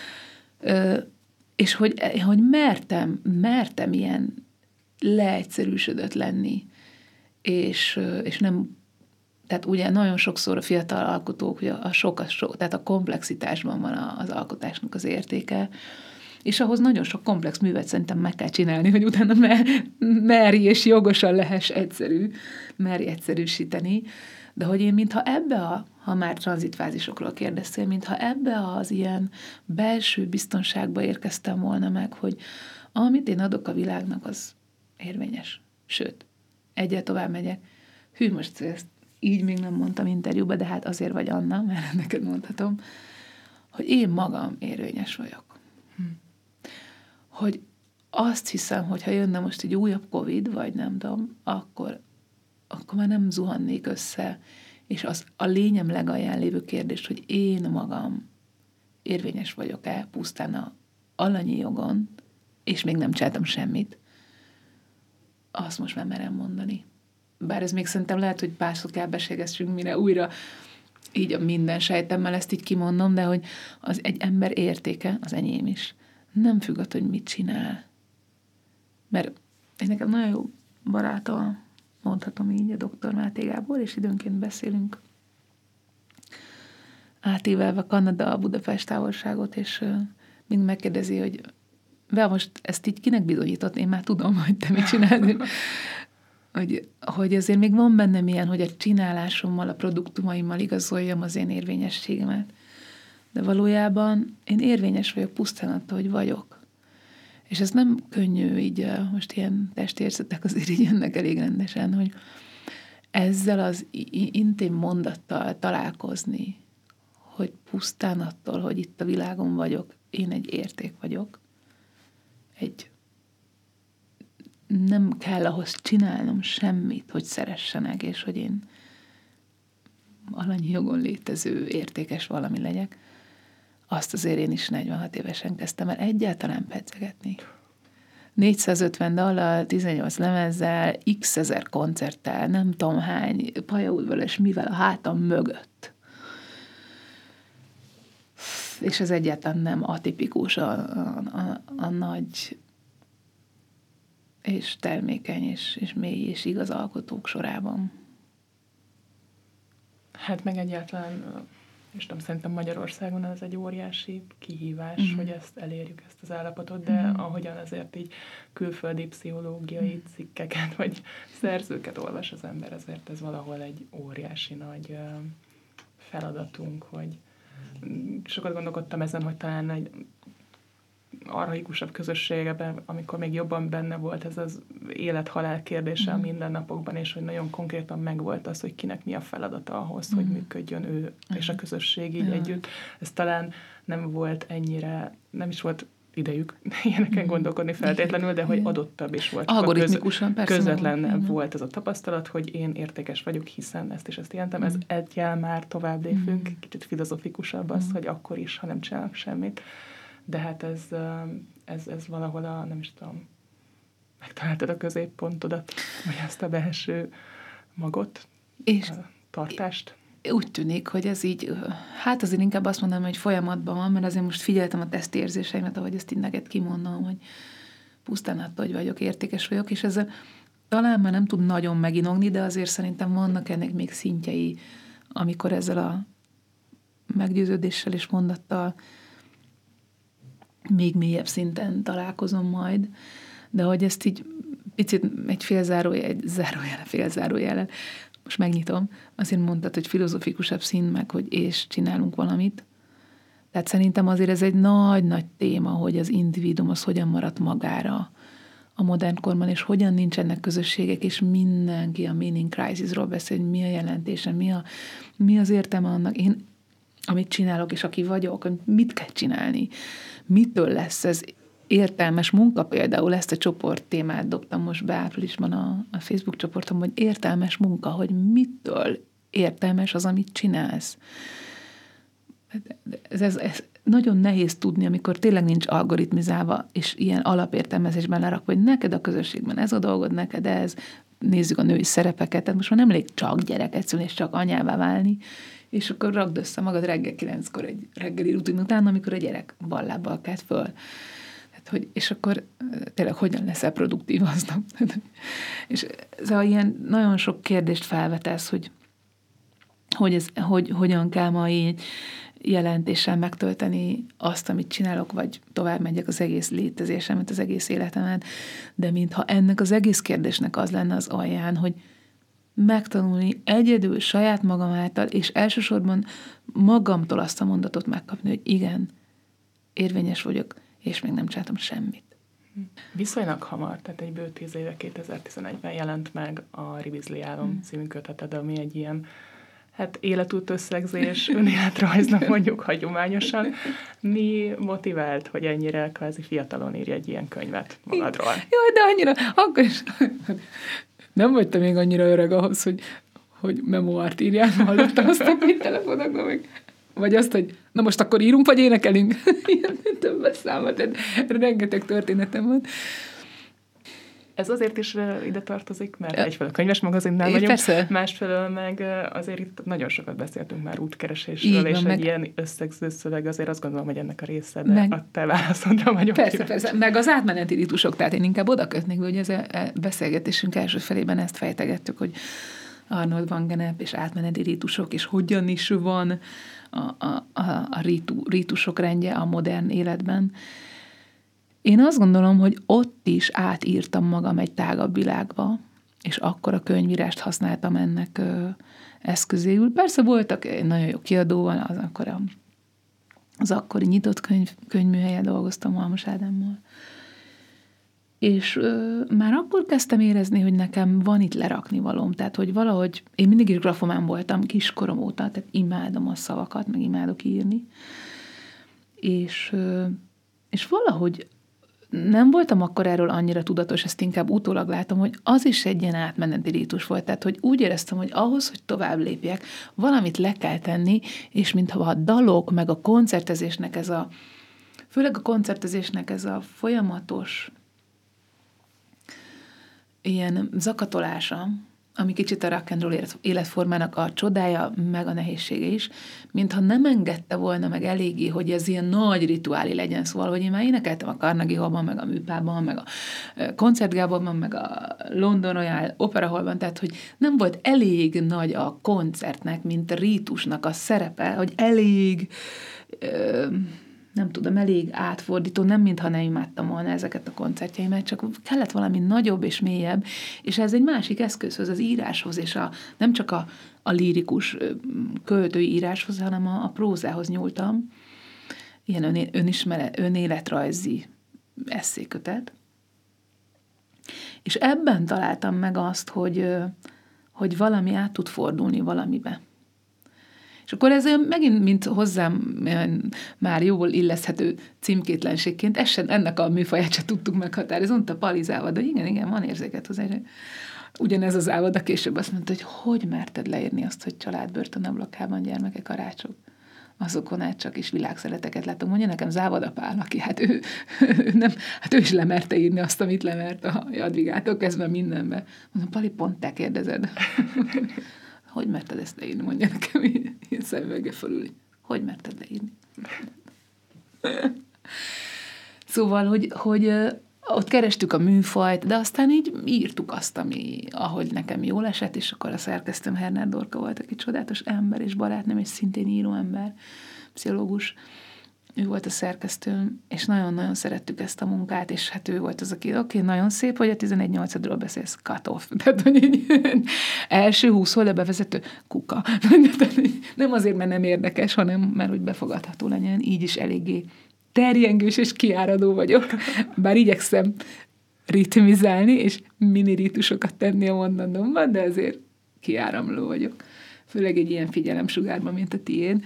És hogy mertem ilyen leegyszerűsödött lenni, és nem. Tehát ugye nagyon sokszor a fiatal alkotók, ugye tehát a komplexitásban van az alkotásnak az értéke, És ahhoz nagyon sok komplex művet szerintem meg kell csinálni, hogy utána merj és jogosan lehess merj egyszerűsíteni. De hogy én mintha ha már tranzitfázisokról kérdeztél, mintha ebbe az ilyen belső biztonságba érkeztem volna meg, hogy amit én adok a világnak, az érvényes. Sőt, egyel tovább megyek. Hű, most ezt így még nem mondtam interjúba, de hát azért vagy Anna, mert neked mondhatom, hogy én magam érvényes vagyok. Hogy azt hiszem, hogy ha jönne most egy újabb Covid, vagy nem tudom, akkor már nem zuhannék össze, és az a lényem legalján lévő kérdés, hogy én magam érvényes vagyok-e pusztán a alanyi jogon, és még nem csináltam semmit, azt most már merem mondani. Bár ez még szerintem lehet, hogy párszor kell beszélgessünk, mire újra így a minden sejtemmel ezt így kimondom, de hogy az egy ember értéke, az enyém is, nem függ attól, hogy mit csinál. Mert én nekem nagyon jó barátom, mondhatom így, a Dr. Máté Gábor, és időnként beszélünk átívelve Kanada, Budapest távolságot, és még megkérdezi, hogy most ezt így kinek bizonyított? Én már tudom, hogy te mit csinálod. hogy azért még van bennem ilyen, hogy a csinálásommal, a produktumaimmal igazoljam az én érvényességemet. De valójában én érvényes vagyok pusztán attól, hogy vagyok. És ez nem könnyű, így most ilyen testérzetek azért így jönnek elég rendesen, hogy ezzel az intim mondattal találkozni, hogy pusztán attól, hogy itt a világon vagyok, én egy érték vagyok. Nem kell ahhoz csinálnom semmit, hogy szeressenek, és hogy én alanyi jogon létező értékes valami legyek. Azt azért én is 46 évesen kezdtem el egyáltalán pedzegetni. 450 dallal, 18 lemezzel, x ezer koncerttel, nem tudom hány, pályaudvar és mivel a hátam mögött. És ez egyáltalán nem atipikus a nagy és termékeny és mély és igaz alkotók sorában. Hát meg egyáltalán, és nem szerintem Magyarországon ez egy óriási kihívás, hogy ezt elérjük, ezt az állapotot, de ahogyan azért így külföldi pszichológiai cikkeket, vagy szerzőket olvas az ember, ezért ez valahol egy óriási nagy feladatunk, hogy sokat gondolkodtam ezen, hogy talán egy archaikusabb közösségben, amikor még jobban benne volt ez az élet-halál kérdése a mindennapokban, és hogy nagyon konkrétan megvolt az, hogy kinek mi a feladata ahhoz, hogy működjön ő és a közösség így együtt. Ez talán nem volt ennyire, nem is volt idejük ilyeneken gondolkodni feltétlenül, de hogy adottabb is volt. Algoritmikusan, persze. Közvetlen volt ez a tapasztalat, hogy én értékes vagyok, hiszen ezt és ezt jelentem. Ez egyel már tovább lépünk, kicsit filozofikusabb az, hogy akkor is, ha nem csinálok semmit. De hát ez valahol nem is tudom, megtaláltad a középpontodat, vagy ezt a belső magot, és a tartást. Úgy tűnik, hogy ez így, hát azért inkább azt mondanám, hogy folyamatban van, mert azért most figyeltem a tesztérzéseimet, ahogy ezt így neked kimondom, hogy pusztán attól, hogy vagyok, értékes vagyok, és ez talán már nem tud nagyon meginogni, de azért szerintem vannak ennek még szintjei, amikor ezzel a meggyőződéssel és mondattal még mélyebb szinten találkozom majd, de hogy ezt így picit egy félzárójelen, most megnyitom, azért mondtad, hogy filozofikusabb szín meg, hogy és csinálunk valamit. Tehát szerintem azért ez egy nagy-nagy téma, hogy az individuum az hogyan maradt magára a modern korban, és hogyan nincsenek közösségek, és mindenki a meaning crisisról beszél, hogy mi a jelentése, mi az értelme annak. Én amit csinálok, és aki vagyok, mit kell csinálni, mitől lesz ez értelmes munka, például ezt a csoport témát dobtam most be áprilisban a Facebook csoportom, hogy értelmes munka, hogy mitől értelmes az, amit csinálsz. Ez nagyon nehéz tudni, amikor tényleg nincs algoritmizálva, és ilyen alapértelmezésben lerakva, hogy neked a közösségben ez a dolgod, neked ez, nézzük a női szerepeket, tehát most már nem elég csak gyereket szülni, és csak anyává válni, és akkor rakd össze magad reggel 9-kor egy reggeli rutin után, amikor a gyerek ballábbal kelt föl. Tehát, és akkor tényleg hogyan leszel produktív aznap? És ez ilyen nagyon sok kérdést felvetesz, hogy hogy hogyan kell ma így jelentéssel megtölteni azt, amit csinálok, vagy tovább megyek az egész létezésemet, az egész életemet, de mintha ennek az egész kérdésnek az lenne az alján, hogy megtanulni egyedül saját magam által, és elsősorban magamtól azt a mondatot megkapni, hogy igen, érvényes vagyok, és még nem csináltam semmit. Viszonylag hamar, tehát egy bő 10 éve, 2011-ben jelent meg a Rivizli álom című köteted, ami egy ilyen életút összegzés, önéletrajznak mondjuk hagyományosan. Mi motivált, hogy ennyire kvázi fiatalon írj egy ilyen könyvet magadról? Jaj, de annyira, akkor is nem vagy te még annyira öreg ahhoz, hogy memoárt írjál, hallottam azt, hogy telefonokban meg. Vagy azt, hogy na most akkor írunk, vagy énekelünk? Ilyen többet számot, rengeteg történetem van. Ez azért is ide tartozik, mert egyfelől könyves magazinnál vagyunk, persze. Másfelől meg azért itt nagyon sokat beszéltünk már útkeresésről, és egy ilyen összegző szöveg, azért azt gondolom, hogy ennek a része, de a te válaszodra vagyok. Persze. Meg az átmeneti ritusok, tehát én inkább oda kötnék, hogy ez a beszélgetésünk első felében ezt fejtegettük, hogy Arnold van Gennep és átmeneti ritusok, és hogyan is van a ritusok rendje a modern életben. Én azt gondolom, hogy ott is átírtam magam egy tágabb világba, és akkor a könyvírást használtam ennek eszközéül. Persze voltak egy nagyon jó kiadóval, az akkori nyitott könyvműhelyen dolgoztam Malmos Ádámmal. És már akkor kezdtem érezni, hogy nekem van itt lerakni valóm. Tehát, hogy valahogy, én mindig is grafomán voltam kiskorom óta, tehát imádom a szavakat, meg imádok írni. És valahogy nem voltam akkor erről annyira tudatos, ezt inkább utólag látom, hogy az is egy ilyen átmeneti rítus volt. Tehát, hogy úgy éreztem, hogy ahhoz, hogy tovább lépjek, valamit le kell tenni, és mintha a dalok, meg a koncertezésnek főleg a koncertezésnek ez a folyamatos ilyen zakatolása, ami kicsit a rock and roll életformának a csodája, meg a nehézsége is, mintha nem engedte volna meg eléggé, hogy ez ilyen nagy rituálé legyen, szóval, hogy én már énekeltem a Carnegie Hallban, meg a Műpában, meg a Koncertgáborban, meg a London Royal Opera Hallban, tehát, hogy nem volt elég nagy a koncertnek, mint a rítusnak a szerepe, hogy elég nem tudom, elég átfordító, nem mintha nem imádtam volna ezeket a koncertjeimet, csak kellett valami nagyobb és mélyebb, és ez egy másik eszközhöz, az íráshoz, és nem csak a lírikus költői íráshoz, hanem a prózához nyúltam. Ilyen önéletrajzi esszékötet. És ebben találtam meg azt, hogy valami át tud fordulni valamibe. És akkor ez megint, mint hozzám már jól illeszthető címkétlenségként, ennek a műfaját se tudtuk meghatározni. Mondta Pali Závada, igen, van érzéket hozzá. Ugyanez az Závada később azt mondta, hogy merted leírni azt, hogy családbörtön ablakában gyermekek a rácsok. Azokon át csak is világszeleteket látom. Mondja nekem Závada Pál, aki ő is lemerte írni azt, amit lemert a Jadvigától kezdve mindenbe. Mondom, Pali, pont te kérdezed. Hogy merted ezt leírni? Mondja nekem, ilyen szemüvege fölül. Hogy merted leírni? Szóval, hogy ott kerestük a műfajt, de aztán így írtuk azt, ahogy nekem jól esett, és akkor a szerkesztőm Herner Dorka volt, aki csodálatos ember és barátnőm, és szintén író ember, pszichológus. Ő volt a szerkesztőm, és nagyon-nagyon szerettük ezt a munkát, és hát ő volt az, aki nagyon szép, hogy a 11.8-ról beszélsz, cut off. Tehát, hogy így, első 20 oldal bevezető, kuka. Nem azért, mert nem érdekes, hanem mert hogy befogadható legyen, így is eléggé terjengős és kiáradó vagyok. Bár igyekszem ritmizálni, és mini rítusokat tenni a mondanomban, de azért kiáramló vagyok. Főleg egy ilyen figyelemsugárban, mint a tiéd.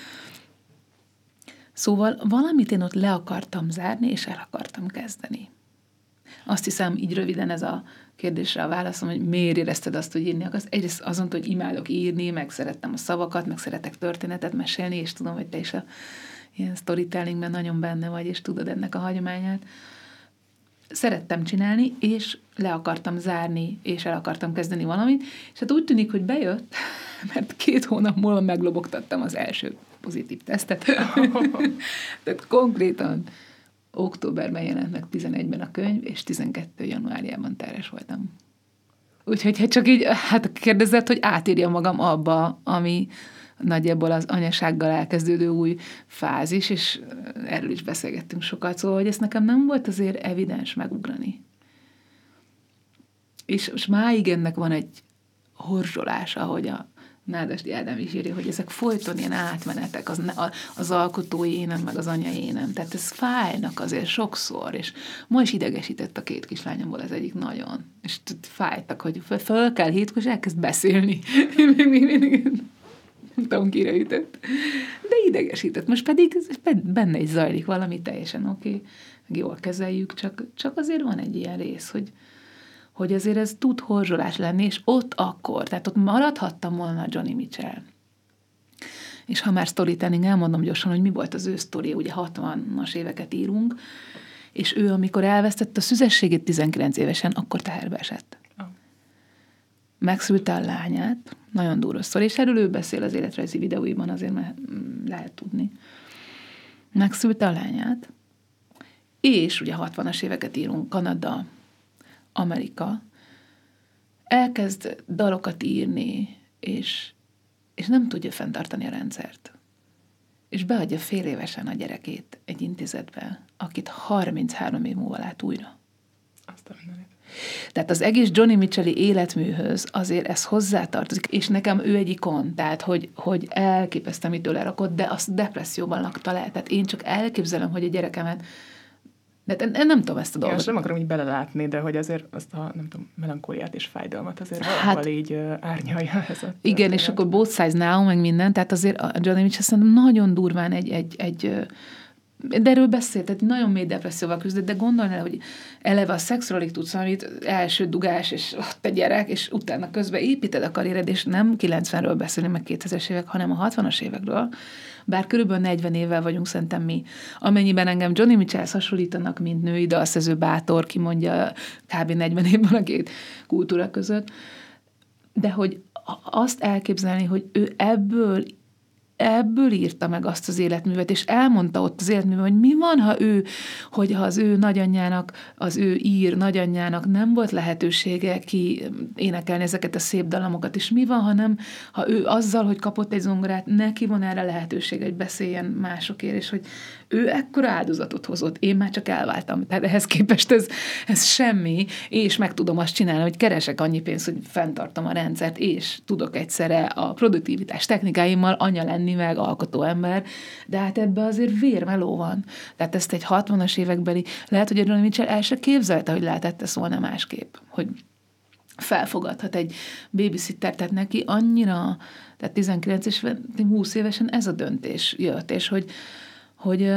Szóval valamit én ott le akartam zárni, és el akartam kezdeni. Azt hiszem, így röviden ez a kérdésre a válaszom, hogy miért érezted azt, hogy írni akarsz. Egyrészt azon, hogy imádok írni, meg szerettem a szavakat, meg szeretek történetet mesélni, és tudom, hogy te is ilyen storytellingben nagyon benne vagy, és tudod ennek a hagyományát. Szerettem csinálni, és le akartam zárni, és el akartam kezdeni valamit, és hát úgy tűnik, hogy bejött, mert 2 hónap múlva meglobogtattam az első pozitív tesztet. Tehát konkrétan októberben jelent meg 11-ben a könyv, és 12. januárjában terhes voltam. Úgyhogy hát csak így, hát kérdezett, hogy átírja magam abba, ami nagyjából az anyasággal elkezdődő új fázis, és erről is beszélgettünk sokat, szóval, hogy ezt nekem nem volt azért evidens megugrani. És máig ennek van egy horzsolása, ahogy a Nádasdy Ádám is írja, hogy ezek folyton ilyen átmenetek, az alkotói énem, meg az anyai énem. Tehát ez fájnak azért sokszor, és ma is idegesített a két kislányomból az egyik nagyon. És fájtak, hogy föl kell hétkor, és elkezd beszélni. Még nem tudom, kire ütött. De idegesített. Most pedig benne is zajlik valami teljesen oké, meg jól kezeljük, csak azért van egy ilyen rész, hogy azért ez tud horzsolás lenni, és tehát ott maradhattam volna a Joni Mitchell. És ha már storytelling, elmondom gyorsan, hogy mi volt az ő sztori, ugye 60-as éveket írunk, és ő, amikor elvesztette a szüzességét 19 évesen, akkor teherbe esett. Megszülte a lányát, nagyon durva sztori, és erről ő beszél az életrajzi videóiban, azért mert lehet tudni. Megszülte a lányát, és ugye 60-as éveket írunk, Kanada, Amerika, elkezd dalokat írni, és nem tudja fenntartani a rendszert. És beadja fél évesen a gyerekét egy intézetbe, akit 33 év múlva lát újra. Tehát az egész Joni Mitchell-i életműhöz azért ez hozzátartozik, és nekem ő egy ikon, tehát hogy elképesztem, amit tőle rakott, de azt depresszióban lakta le. Tehát én csak elképzelem, hogy a gyerekemet, de nem tudom ezt a dolgot. Most nem akarom így belelátni, de hogy azért azt a, nem tudom, melankóliát és fájdalmat azért valahol így árnyalja ez a... Igen, és akkor both sides now, meg minden, tehát azért a Joni Mitchell szerintem nagyon durván de erről beszélt, tehát nagyon mély depresszióval küzdött, de gondolj el, hogy eleve a szexuális tudsz, amit első dugás, és ott a gyerek, és utána közben építed a karriered, és nem 90-ről beszélni, meg 2000-es évek, hanem a 60-as évekről, bár körülbelül 40 évvel vagyunk szerintem mi. Amennyiben engem Joni Mitchellhez hasonlítanak, mint női dalszerző bátor, ki mondja kb. 40 évben a két kultúra között, de hogy azt elképzelni, hogy ő ebből írta meg azt az életművet, és elmondta ott az életművet, hogy mi van, ha az ő nagyanyjának, az ő ír nagyanyjának nem volt lehetősége ki énekelni ezeket a szép dalamokat, és mi van, ha ő azzal, hogy kapott egy zongorát, neki van erre lehetősége, hogy beszéljen másokért, és hogy ő ekkora áldozatot hozott, én már csak elváltam, tehát ehhez képest ez semmi, és meg tudom azt csinálni, hogy keresek annyi pénzt, hogy fenntartom a rendszert, és tudok egyszerre a produktivitás technikáimmal anya lenni, meg alkotó ember, de hát ebbe azért vérmeló van. Tehát ezt egy 60-as évekbeli, lehet, hogy a Joni Mitchell el se képzelte, hogy lehetett ezt volna másképp, hogy felfogadhat egy babysitter, tehát neki annyira, tehát 19 és 20 évesen ez a döntés jött, és hogy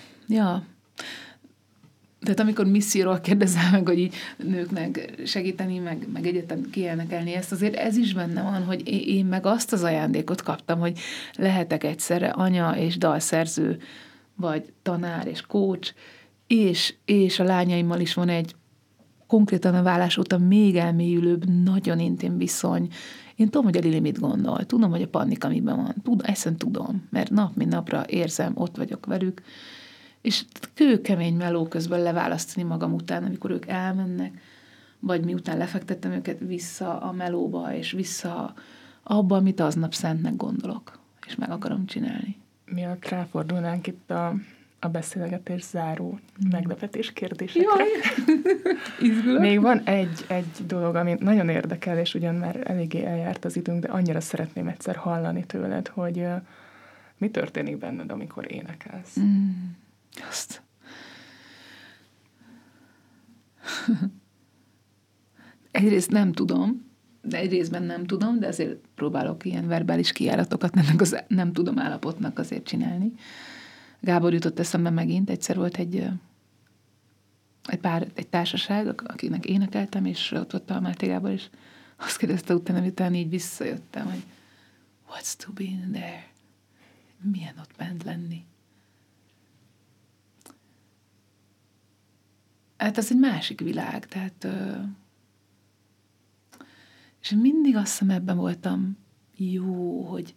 tehát amikor misszióról kérdezel meg, hogy így nőknek segíteni, meg egyetem kielnekelni ezt, azért ez is benne van, hogy én meg azt az ajándékot kaptam, hogy lehetek egyszerre anya és dalszerző, vagy tanár és coach, és a lányaimmal is van egy konkrétan a vállás óta még elmélyülőbb, nagyon intim viszony. Én tudom, hogy a Lili mit gondol, tudom, hogy a Pannika miben van, egyszerűen tudom, mert nap mint napra érzem, ott vagyok velük, és kőkemény meló közben leválasztani magam után, amikor ők elmennek, vagy miután lefektettem őket vissza a melóba, és vissza abba, amit aznap szentnek gondolok, és meg akarom csinálni. Mielőtt ráfordulnánk itt a beszélgetés záró meglepetés kérdésekre. Még van egy dolog, ami nagyon érdekel, és ugyan már eléggé eljárt az időnk, de annyira szeretném egyszer hallani tőled, hogy mi történik benned, amikor énekelsz. Azt. Egyrészt nem tudom, de egy részben nem tudom, de azért próbálok ilyen verbális kijáratokat ennek az nem tudom állapotnak azért csinálni. Gábor jutott eszembe megint, egyszer volt egy társaság, akinek énekeltem, és ott volt a Máté Gábor, és azt kérdezte utána így visszajöttem, hogy what's to be in there? Milyen ott bent lenni? Hát ez egy másik világ, tehát és mindig azt hiszem ebben voltam jó, hogy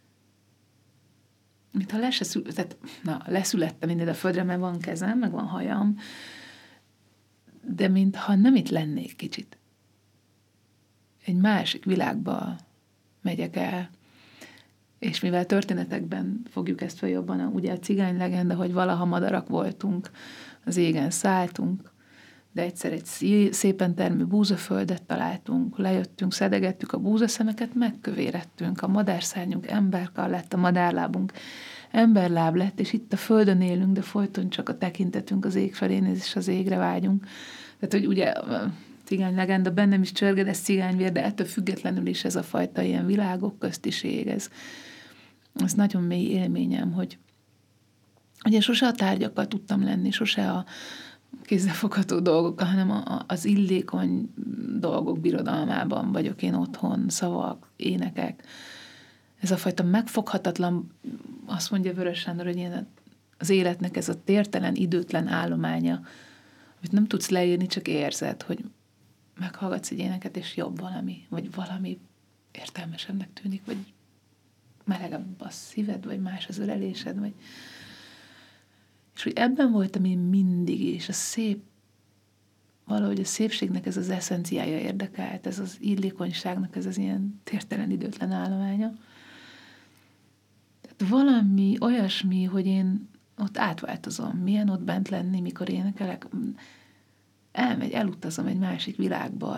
mintha leszülettem minden a földre, mert van kezem, meg van hajam, de mintha nem itt lennék kicsit. egy másik világba megyek el. És mivel történetekben fogjuk ezt fel jobban, ugye a cigány legenda, hogy valaha madarak voltunk, az égen szálltunk, de egyszer egy szépen termő búzaföldet találtunk, lejöttünk, szedegettük a búzaszemeket, megkövérettünk, a madárszárnyunk emberkar lett, a madárlábunk emberláb lett, és itt a földön élünk, de folyton csak a tekintetünk az ég felé néz, és az égre vágyunk. Tehát, hogy ugye a cigány legenda bennem is csörged, ez cigányvér, de ettől függetlenül is ez a fajta ilyen világok köztiség, ez nagyon mély élményem, hogy ugye sose a tárgyakkal tudtam lenni, sose a kézzelfogható dolgokkal, hanem az illékony dolgok birodalmában vagyok én otthon, szavak, énekek. Ez a fajta megfoghatatlan, azt mondja Vörös Sándor, hogy ilyen az életnek ez a tértelen, időtlen állománya, amit nem tudsz leírni, csak érzed, hogy meghallgatsz egy éneket, és jobb valami, vagy valami értelmesebbnek tűnik, vagy melegebb a szíved, vagy más az ölelésed, vagy... És hogy ebben voltam én mindig is, a szép, valahogy a szépségnek ez az eszenciája érdekelt, ez az illékonyságnak ez az ilyen tértelen, időtlen állománya. Tehát valami olyasmi, hogy én ott átváltozom, milyen ott bent lenni, mikor énekelek, elutazom egy másik világba,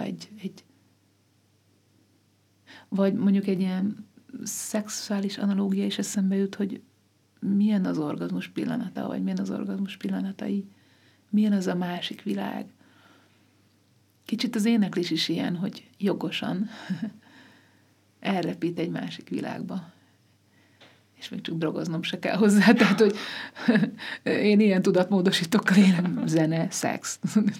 vagy mondjuk egy ilyen szexuális analógia is eszembe jut, hogy milyen az orgazmus pillanata, vagy milyen az orgazmus pillanatai, milyen az a másik világ. Kicsit az éneklés is ilyen, hogy jogosan elrepít egy másik világba. És még csak drogoznom se kell hozzá, tehát, hogy én ilyen tudatmódosítókkal élem, zene, szex.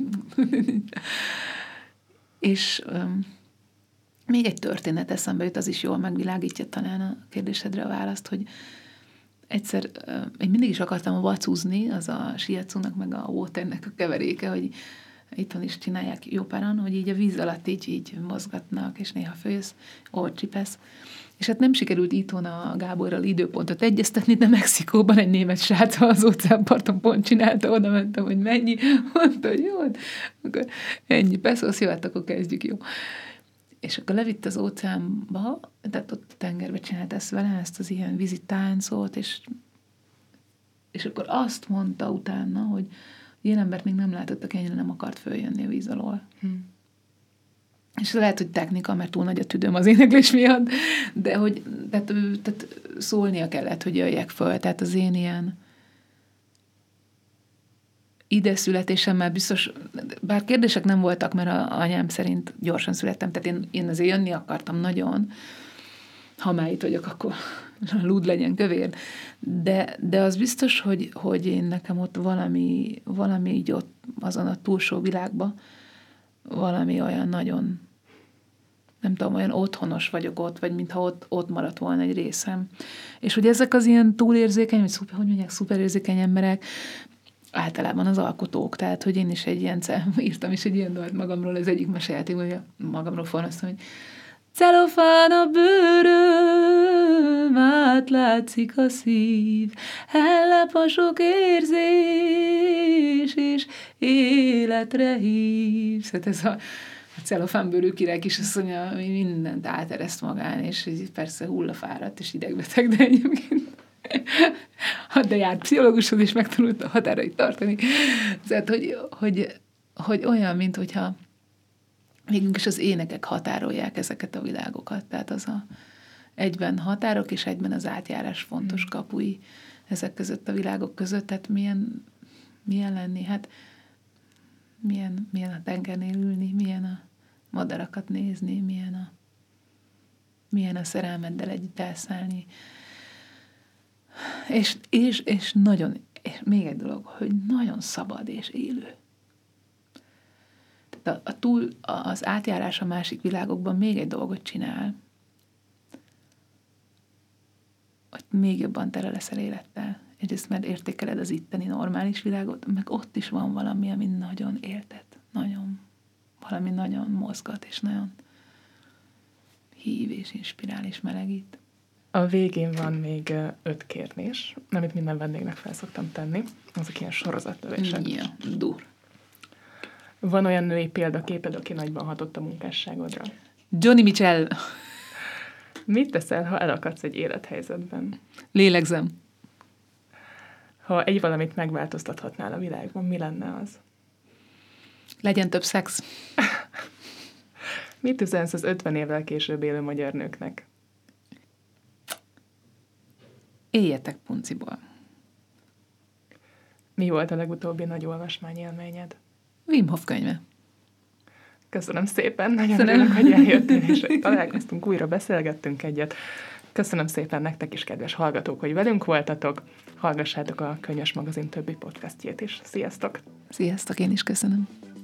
És még egy történet eszembe jut, az is jól megvilágítja talán a kérdésedre a választ, hogy egyszer, én mindig is akartam vacúzni, az a shiatsunak meg a waternek a keveréke, hogy itthon is csinálják jó páran, hogy így a víz alatt így mozgatnak, és néha főjössz, csipesz. És hát nem sikerült itthon a Gáborral időpontot egyeztetni, de Mexikóban egy német srác az óceánparton pont csinálta, oda mentem, hogy mennyi, mondta, hogy jó, akkor ennyi pesos, jó, hát akkor kezdjük, jó. És akkor levitt az óceánba, tehát ott a tengerbe csinált ezt vele, ezt az ilyen vízi táncot, és akkor azt mondta utána, hogy ilyen embert még nem látottak, ennyire nem akart följönni a víz alól. És lehet, hogy technika, mert túl nagy a tüdőm az éneklés miatt, de hogy tehát szólnia kellett, hogy jöjjek föl. Tehát az én ilyen ide születésemmel biztos, bár kérdések nem voltak, mert az anyám szerint gyorsan születtem, tehát én azért jönni akartam nagyon, ha már itt vagyok, akkor lúd legyen kövér. De az biztos, hogy én nekem ott valami így ott azon a túlsó világban, valami olyan nagyon, nem tudom, olyan otthonos vagyok ott, vagy mintha ott maradt volna egy részem. És hogy ezek az ilyen túlérzékeny, vagy hogy mondják, szuperérzékeny emberek, általában az alkotók, tehát, hogy én is egy ilyen, írtam is egy ilyen dalt magamról, az egyik mesejáték, hogy magamról fornoztam, hogy celofán a bőröm, átlátszik a szív, ellep a sok érzés, és életre hívsz. Hát ez a celofánbőrű király kisasszonya mindent átereszt magán, és persze hullafáradt, és idegbeteg, de egyébként de járt pszichológushoz, és megtanult a határait tartani. Tehát, hogy olyan, mint hogyha végünk is az énekek határolják ezeket a világokat. Tehát az egyben határok, és egyben az átjárás fontos kapui ezek között a világok között. Tehát milyen lenni? Hát milyen a tengernél ülni, milyen a madarakat nézni, milyen a szerelmeddel együtt elszállni. És nagyon, és még egy dolog, hogy nagyon szabad és élő. Tehát az átjárás a másik világokban még egy dolgot csinál, hogy még jobban tele leszel élettel. Egyrészt mert értékeled az itteni normális világot, meg ott is van valami, ami nagyon éltet, valami nagyon mozgat, és nagyon hív és inspirál és melegít. A végén van még 5 kérdés, amit minden vendégnek fel szoktam tenni. Azok ilyen sorozatlövések. Ja, dur. Van olyan női példaképed, aki nagyban hatott a munkásságodra? Johnny Mitchell. Mit teszel, ha elakadsz egy élethelyzetben? Lélegzem. Ha egy valamit megváltoztathatnál a világban, mi lenne az? Legyen több szex. Mit üzensz az 50 évvel később élő magyar nőknek? Éljetek punciból. Mi volt a legutóbbi nagy olvasmányélményed? Wim Hof könyve. Köszönöm szépen, nagyon örülök, hogy eljöttél, és találkoztunk, újra beszélgettünk egyet. Köszönöm szépen nektek is, kedves hallgatók, hogy velünk voltatok. Hallgassátok a Könyves Magazin többi podcastjét is. Sziasztok! Sziasztok, én is köszönöm.